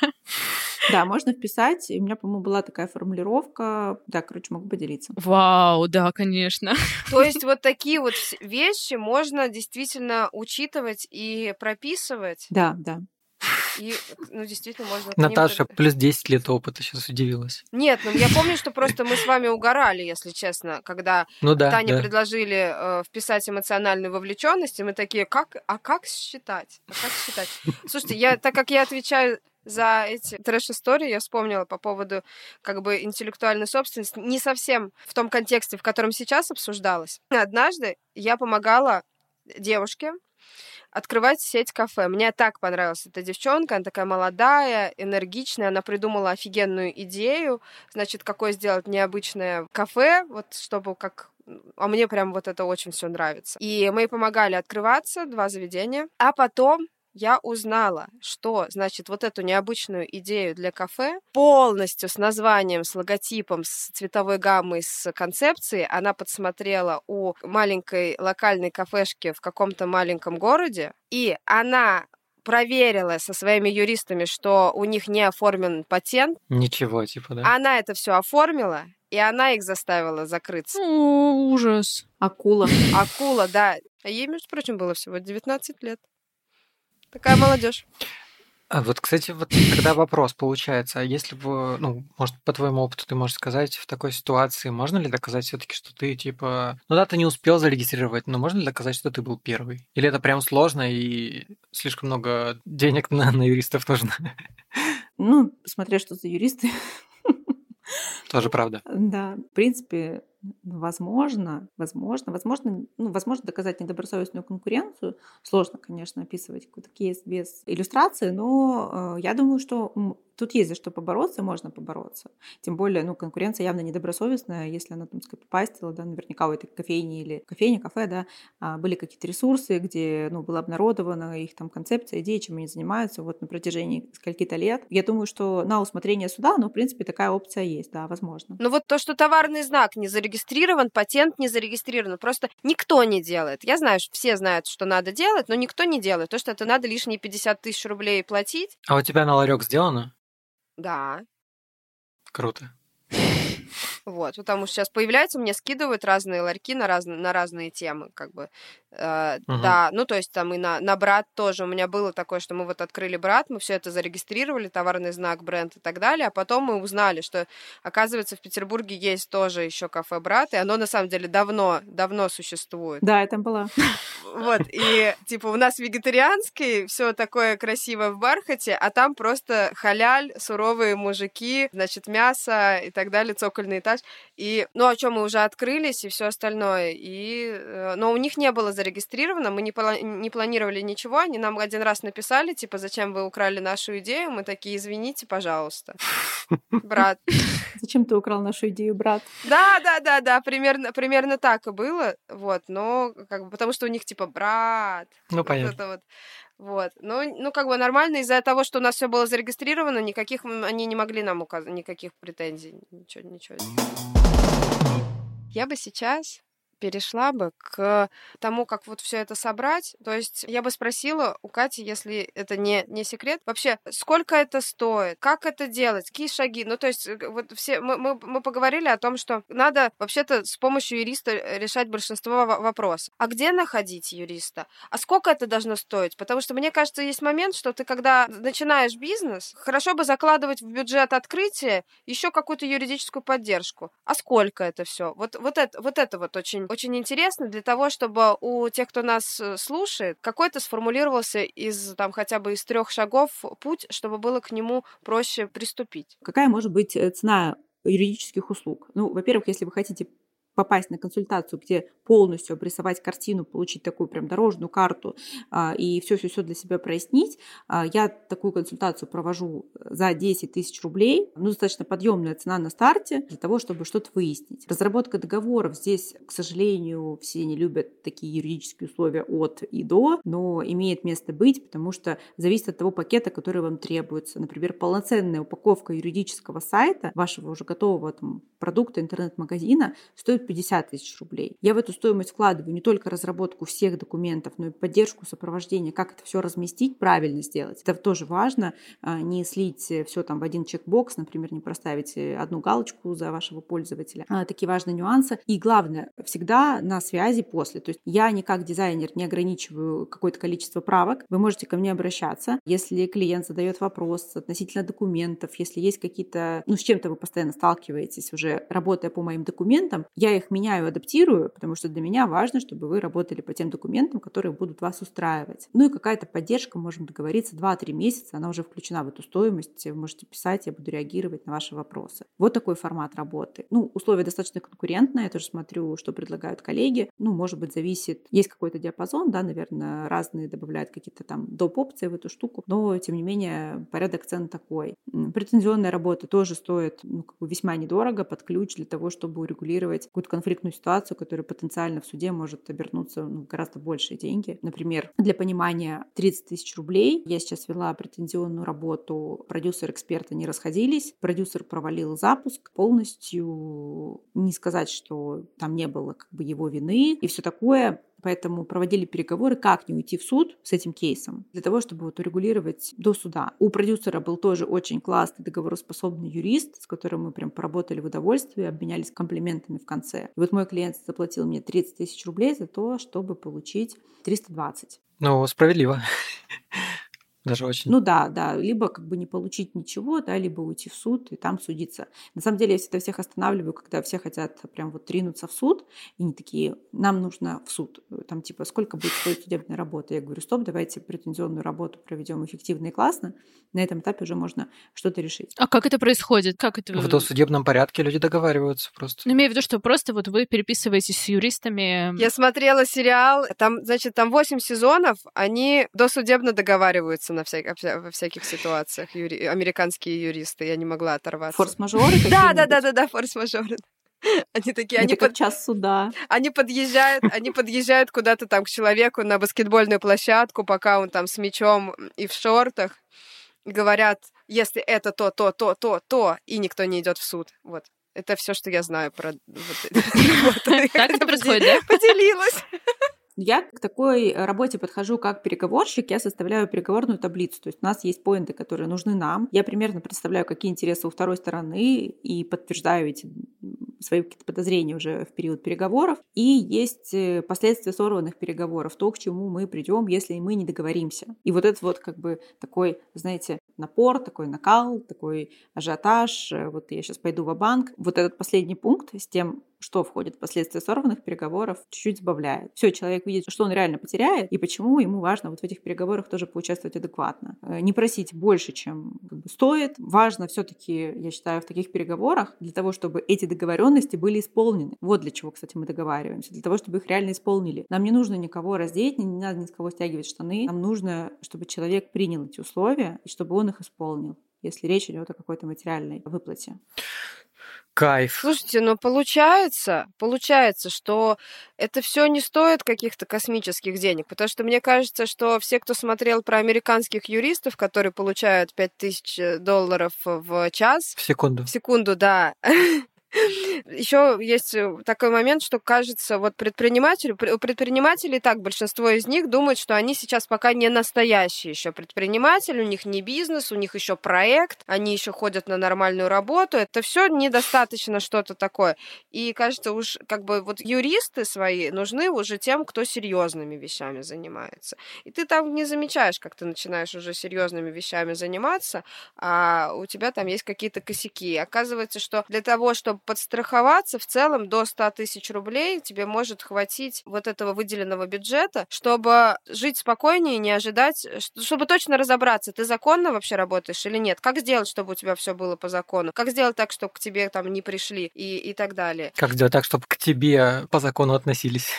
Speaker 3: Да, можно вписать. И у меня, по-моему, была такая формулировка. Да, короче, могу поделиться.
Speaker 2: Вау, да, конечно.
Speaker 1: То есть вот такие вот вещи можно действительно учитывать и прописывать?
Speaker 3: Да, да.
Speaker 1: И, ну, действительно, можно...
Speaker 4: Наташа,
Speaker 1: ним...
Speaker 4: плюс десять лет опыта, сейчас удивилась.
Speaker 1: Нет, ну, я помню, что просто мы с вами угорали, если честно, когда
Speaker 4: ну, да,
Speaker 1: Тане
Speaker 4: да.
Speaker 1: предложили э, вписать эмоциональную вовлеченность, и мы такие, как, а как считать? А как считать? Слушайте, я, так как я отвечаю за эти трэш-истории, я вспомнила по поводу как бы интеллектуальной собственности, не совсем в том контексте, в котором сейчас обсуждалось. Однажды я помогала девушке открывать сеть кафе. Мне так понравилась эта девчонка, она такая молодая, энергичная, она придумала офигенную идею, значит, какое сделать необычное кафе, вот чтобы как... А мне прям вот это очень все нравится. И мы ей помогали открываться, два заведения, а потом я узнала, что, значит, вот эту необычную идею для кафе полностью с названием, с логотипом, с цветовой гаммой, с концепцией она подсмотрела у маленькой локальной кафешки в каком-то маленьком городе, и она проверила со своими юристами, что у них не оформлен патент.
Speaker 4: Ничего, типа, да?
Speaker 1: Она это все оформила, и она их заставила закрыться.
Speaker 2: О, ужас.
Speaker 3: Акула.
Speaker 1: Акула, да. А ей, между прочим, было всего девятнадцать лет. Такая молодежь.
Speaker 4: А вот, кстати, вот когда вопрос получается, а если бы, ну, может, по твоему опыту ты можешь сказать, в такой ситуации можно ли доказать все-таки, что ты, типа, ну да, ты не успел зарегистрировать, но можно ли доказать, что ты был первый? Или это прям сложно и слишком много денег на, на юристов нужно?
Speaker 3: Ну, смотря что за юристы.
Speaker 4: Тоже правда.
Speaker 3: Да, в принципе, возможно, возможно, возможно, ну, возможно доказать недобросовестную конкуренцию. Сложно, конечно, описывать какой-то кейс без иллюстрации, но э, я думаю, что тут есть за что побороться, можно побороться. Тем более, ну, конкуренция явно недобросовестная, если она там скопипастила, да, наверняка у этой кофейни или кофейни, кафе, да, были какие-то ресурсы, где, ну, была обнародована их там концепция, идеи, чем они занимаются вот на протяжении скольки-то лет. Я думаю, что на усмотрение суда, но, в принципе, такая опция есть, да, возможно.
Speaker 1: Ну вот то, что товарный знак не зарегистрирован, патент не зарегистрирован, просто никто не делает. Я знаю, что все знают, что надо делать, но никто не делает. То, что это надо лишние пятьдесят тысяч рублей платить.
Speaker 4: А у тебя на ларек сделано?
Speaker 1: Да.
Speaker 4: Круто.
Speaker 1: Вот, потому что сейчас появляются, мне скидывают разные ларьки на разные, на разные темы, как бы. Э,
Speaker 4: угу.
Speaker 1: Да, ну, то есть там и на, на брат тоже. У меня было такое, что мы вот открыли брат, мы все это зарегистрировали, товарный знак, бренд и так далее, а потом мы узнали, что, оказывается, в Петербурге есть тоже еще кафе брат, и оно, на самом деле, давно, давно существует.
Speaker 3: Да, я там была.
Speaker 1: Вот, и, типа, у нас вегетарианский, все такое красивое в бархате, а там просто халяль, суровые мужики, значит, мясо и так далее, цокольный этаж. И, ну, о чем мы уже открылись и все остальное. И, но у них не было зарегистрировано, мы не, пла- не планировали ничего, они нам один раз написали, типа, зачем вы украли нашу идею, мы такие, извините, пожалуйста, брат.
Speaker 3: Зачем ты украл нашу идею, брат?
Speaker 1: Да, да, да, да, примерно, примерно так и было, вот, но, как бы, потому что у них, типа, брат.
Speaker 4: Ну,
Speaker 1: вот
Speaker 4: понятно.
Speaker 1: это вот. Вот. Ну, ну, как бы нормально, из-за того, что у нас все было зарегистрировано, никаких они не могли нам указать, никаких претензий, ничего, ничего. Я бы сейчас перешла бы к тому, как вот все это собрать. То есть я бы спросила у Кати, если это не, не секрет, вообще, сколько это стоит, как это делать, какие шаги. Ну, то есть вот все мы, мы, мы поговорили о том, что надо вообще-то с помощью юриста решать большинство вопросов. А где находить юриста? А сколько это должно стоить? Потому что, мне кажется, есть момент, что ты, когда начинаешь бизнес, хорошо бы закладывать в бюджет открытия еще какую-то юридическую поддержку. А сколько это все? Вот, вот, это, вот это вот очень Очень интересно для того, чтобы у тех, кто нас слушает, какой-то сформулировался из там хотя бы из трех шагов путь, чтобы было к нему проще приступить.
Speaker 3: Какая может быть цена юридических услуг? Ну, во-первых, если вы хотите попасть на консультацию, где полностью обрисовать картину, получить такую прям дорожную карту а, и все-все-все для себя прояснить, а, я такую консультацию провожу за десять тысяч рублей. Ну, достаточно подъемная цена на старте для того, чтобы что-то выяснить. Разработка договоров здесь, к сожалению, все не любят такие юридические условия от и до, но имеет место быть, потому что зависит от того пакета, который вам требуется. Например, полноценная упаковка юридического сайта вашего уже готового там, продукта интернет-магазина стоит пятьдесят тысяч рублей. Я в эту стоимость вкладываю не только разработку всех документов, но и поддержку, сопровождение, как это все разместить, правильно сделать. Это тоже важно, не слить все там в один чекбокс, например, не проставить одну галочку за вашего пользователя. Такие важные нюансы. И главное, всегда на связи после. То есть я не как дизайнер не ограничиваю какое-то количество правок. Вы можете ко мне обращаться. Если клиент задает вопрос относительно документов, если есть какие-то, ну, с чем-то вы постоянно сталкиваетесь уже, работая по моим документам, я их меняю, адаптирую, потому что для меня важно, чтобы вы работали по тем документам, которые будут вас устраивать. Ну и какая-то поддержка, можем договориться, два-три месяца, она уже включена в эту стоимость. Вы можете писать, я буду реагировать на ваши вопросы. Вот такой формат работы. Ну, условия достаточно конкурентные, я тоже смотрю, что предлагают коллеги. Ну, может быть, зависит, есть какой-то диапазон, да, наверное, разные добавляют какие-то там доп. Опции в эту штуку, но, тем не менее, порядок цен такой. Претензионная работа тоже стоит ну, как бы весьма недорого под ключ для того, чтобы урегулировать какую-то конфликтную ситуацию, которая потенциально в суде может обернуться ну, гораздо большие деньги. Например, для понимания, тридцать тысяч рублей. Я сейчас вела претензионную работу, продюсер и эксперты не расходились, продюсер провалил запуск полностью, не сказать, что там не было как бы его вины и все такое. Поэтому проводили переговоры, как не уйти в суд с этим кейсом, для того, чтобы вот урегулировать до суда. У продюсера был тоже очень классный договороспособный юрист, с которым мы прям поработали в удовольствие, обменялись комплиментами в конце. И вот мой клиент заплатил мне тридцать тысяч рублей за то, чтобы получить триста двадцать.
Speaker 4: Ну, справедливо. Даже очень.
Speaker 3: Ну да, да, либо как бы не получить ничего, да, либо уйти в суд и там судиться. На самом деле я всегда всех останавливаю, когда все хотят прям вот ринуться в суд, и не такие, нам нужно в суд. Там типа, сколько будет стоить судебная работа? Я говорю, стоп, давайте претензионную работу проведем эффективно и классно. На этом этапе уже можно что-то решить.
Speaker 2: А как это происходит? Как это...
Speaker 4: В досудебном порядке люди договариваются просто.
Speaker 2: Ну, имею в виду, что просто вот вы переписываетесь с юристами.
Speaker 1: Я смотрела сериал, там, значит, там восемь сезонов, они досудебно договариваются на вся... во всяких ситуациях, юри... американские юристы, я не могла оторваться.
Speaker 3: Форс-мажоры?
Speaker 1: Да, да, да, да, да, форс-мажоры. Они такие, они
Speaker 3: под час суда.
Speaker 1: Они подъезжают, они подъезжают куда-то там к человеку на баскетбольную площадку, пока он там с мячом и в шортах, и говорят, если это то, то, то, то, то, и никто не идет в суд. Вот. Это все, что я знаю про
Speaker 2: Так это происходит, да?
Speaker 1: Поделилась.
Speaker 3: Я к такой работе подхожу как переговорщик, я составляю переговорную таблицу, то есть у нас есть поинты, которые нужны нам. Я примерно представляю, какие интересы у второй стороны и подтверждаю эти свои какие-то подозрения уже в период переговоров. И есть последствия сорванных переговоров, то, к чему мы придем, если мы не договоримся. И вот это вот как бы такой, знаете, напор, такой накал, такой ажиотаж. Вот я сейчас пойду ва-банк. Вот этот последний пункт с тем, что входит в последствия сорванных переговоров, чуть-чуть сбавляет. Все, человек видит, что он реально потеряет, и почему ему важно вот в этих переговорах тоже поучаствовать адекватно. Не просить больше, чем как бы стоит. Важно все-таки, я считаю, в таких переговорах для того, чтобы эти договоренности были исполнены. Вот для чего, кстати, мы договариваемся. Для того, чтобы их реально исполнили. Нам не нужно никого раздеть, не надо ни с кого стягивать штаны. Нам нужно, чтобы человек принял эти условия и чтобы он их исполнил, если речь идет о какой-то материальной выплате.
Speaker 4: Кайф.
Speaker 1: Слушайте, ну получается, получается, что это все не стоит каких-то космических денег, потому что мне кажется, что все, кто смотрел про американских юристов, которые получают пять тысяч долларов в час...
Speaker 4: В секунду.
Speaker 1: В секунду, да. Еще есть такой момент, что кажется, вот предпринимателю, у предпринимателей так, большинство из них думают, что они сейчас пока не настоящие еще предприниматели, у них не бизнес, у них еще проект, они еще ходят на нормальную работу, это все недостаточно что-то такое. И кажется, уж как бы вот юристы свои нужны уже тем, кто серьезными вещами занимается. И ты там не замечаешь, как ты начинаешь уже серьезными вещами заниматься, а у тебя там есть какие-то косяки. Оказывается, что для того, чтобы чтобы подстраховаться, в целом до ста тысяч рублей тебе может хватить вот этого выделенного бюджета, чтобы жить спокойнее и не ожидать, чтобы точно разобраться, ты законно вообще работаешь или нет, как сделать, чтобы у тебя все было по закону, как сделать так, чтобы к тебе там не пришли и, и так далее.
Speaker 4: Как сделать так, чтобы к тебе по закону относились?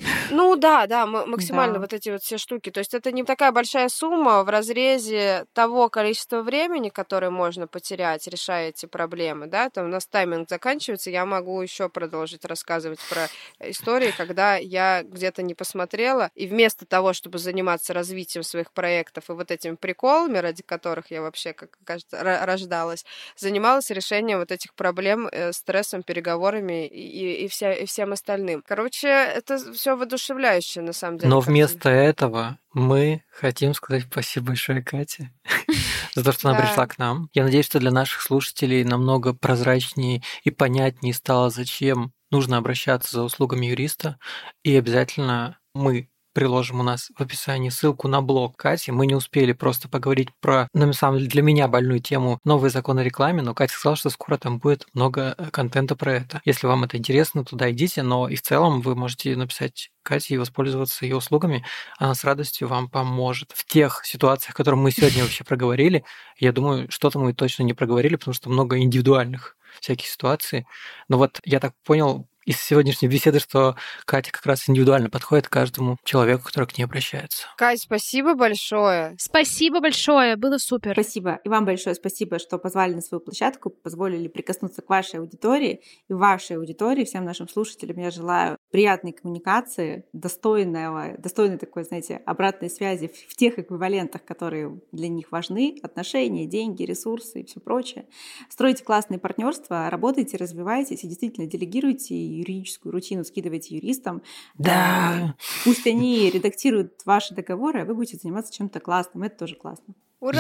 Speaker 1: Ну да, да, максимально
Speaker 3: Да.
Speaker 1: вот эти вот все штуки. То есть это не такая большая сумма в разрезе того количества времени, которое можно потерять, решая эти проблемы, да, там у нас тайминг заканчивается, я могу еще продолжить рассказывать про истории, когда я где-то не посмотрела, и вместо того, чтобы заниматься развитием своих проектов и вот этими приколами, ради которых я вообще, как кажется, рождалась, занималась решением вот этих проблем, э, стрессом, переговорами и, и, вся, и всем остальным. Короче, это все воодушевляюще, на самом деле.
Speaker 4: Но
Speaker 1: картина.
Speaker 4: вместо этого мы хотим сказать спасибо большое Кате за то, что она
Speaker 1: Да.
Speaker 4: пришла к нам. Я надеюсь, что для наших слушателей намного прозрачнее и понятнее стало, зачем нужно обращаться за услугами юриста. И обязательно мы приложим у нас в описании ссылку на блог Кати. Мы не успели просто поговорить про, ну, на самом деле, для меня больную тему новый закон о рекламе, но Катя сказала, что скоро там будет много контента про это. Если вам это интересно, туда идите, но и в целом вы можете написать Кате и воспользоваться ее услугами. Она с радостью вам поможет. В тех ситуациях, которые мы сегодня вообще проговорили, я думаю, что-то мы точно не проговорили, потому что много индивидуальных всяких ситуаций. Но вот я так понял из сегодняшней беседы, что Катя как раз индивидуально подходит к каждому человеку, который к ней обращается.
Speaker 1: Кать, спасибо большое.
Speaker 2: Спасибо большое, было супер.
Speaker 3: Спасибо. И вам большое спасибо, что позвали на свою площадку, позволили прикоснуться к вашей аудитории. И вашей аудитории, всем нашим слушателям я желаю приятной коммуникации, достойного, достойной такой, знаете, обратной связи в тех эквивалентах, которые для них важны, отношения, деньги, ресурсы и все прочее. Стройте классные партнерства, работайте, развивайтесь и действительно делегируйте юридическую рутину, скидывайте юристам.
Speaker 4: Да.
Speaker 3: Пусть они редактируют ваши договоры, а вы будете заниматься чем-то классным. Это тоже классно.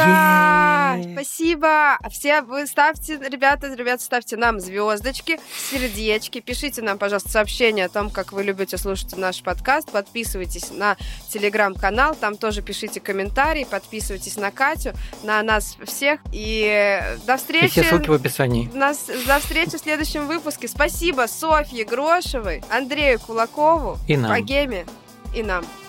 Speaker 1: Ура!
Speaker 4: Е-е-е.
Speaker 1: Спасибо! А все вы ставьте, ребята, ребята, ставьте нам звездочки, сердечки, пишите нам, пожалуйста, сообщения о том, как вы любите слушать наш подкаст, подписывайтесь на телеграм-канал, там тоже пишите комментарии, подписывайтесь на Катю, на нас всех, и до встречи!
Speaker 4: И все ссылки в описании.
Speaker 1: Нас, до встречи в следующем выпуске. Спасибо Софье Грошевой, Андрею Кулакову,
Speaker 4: И нам.
Speaker 1: Богеме и нам.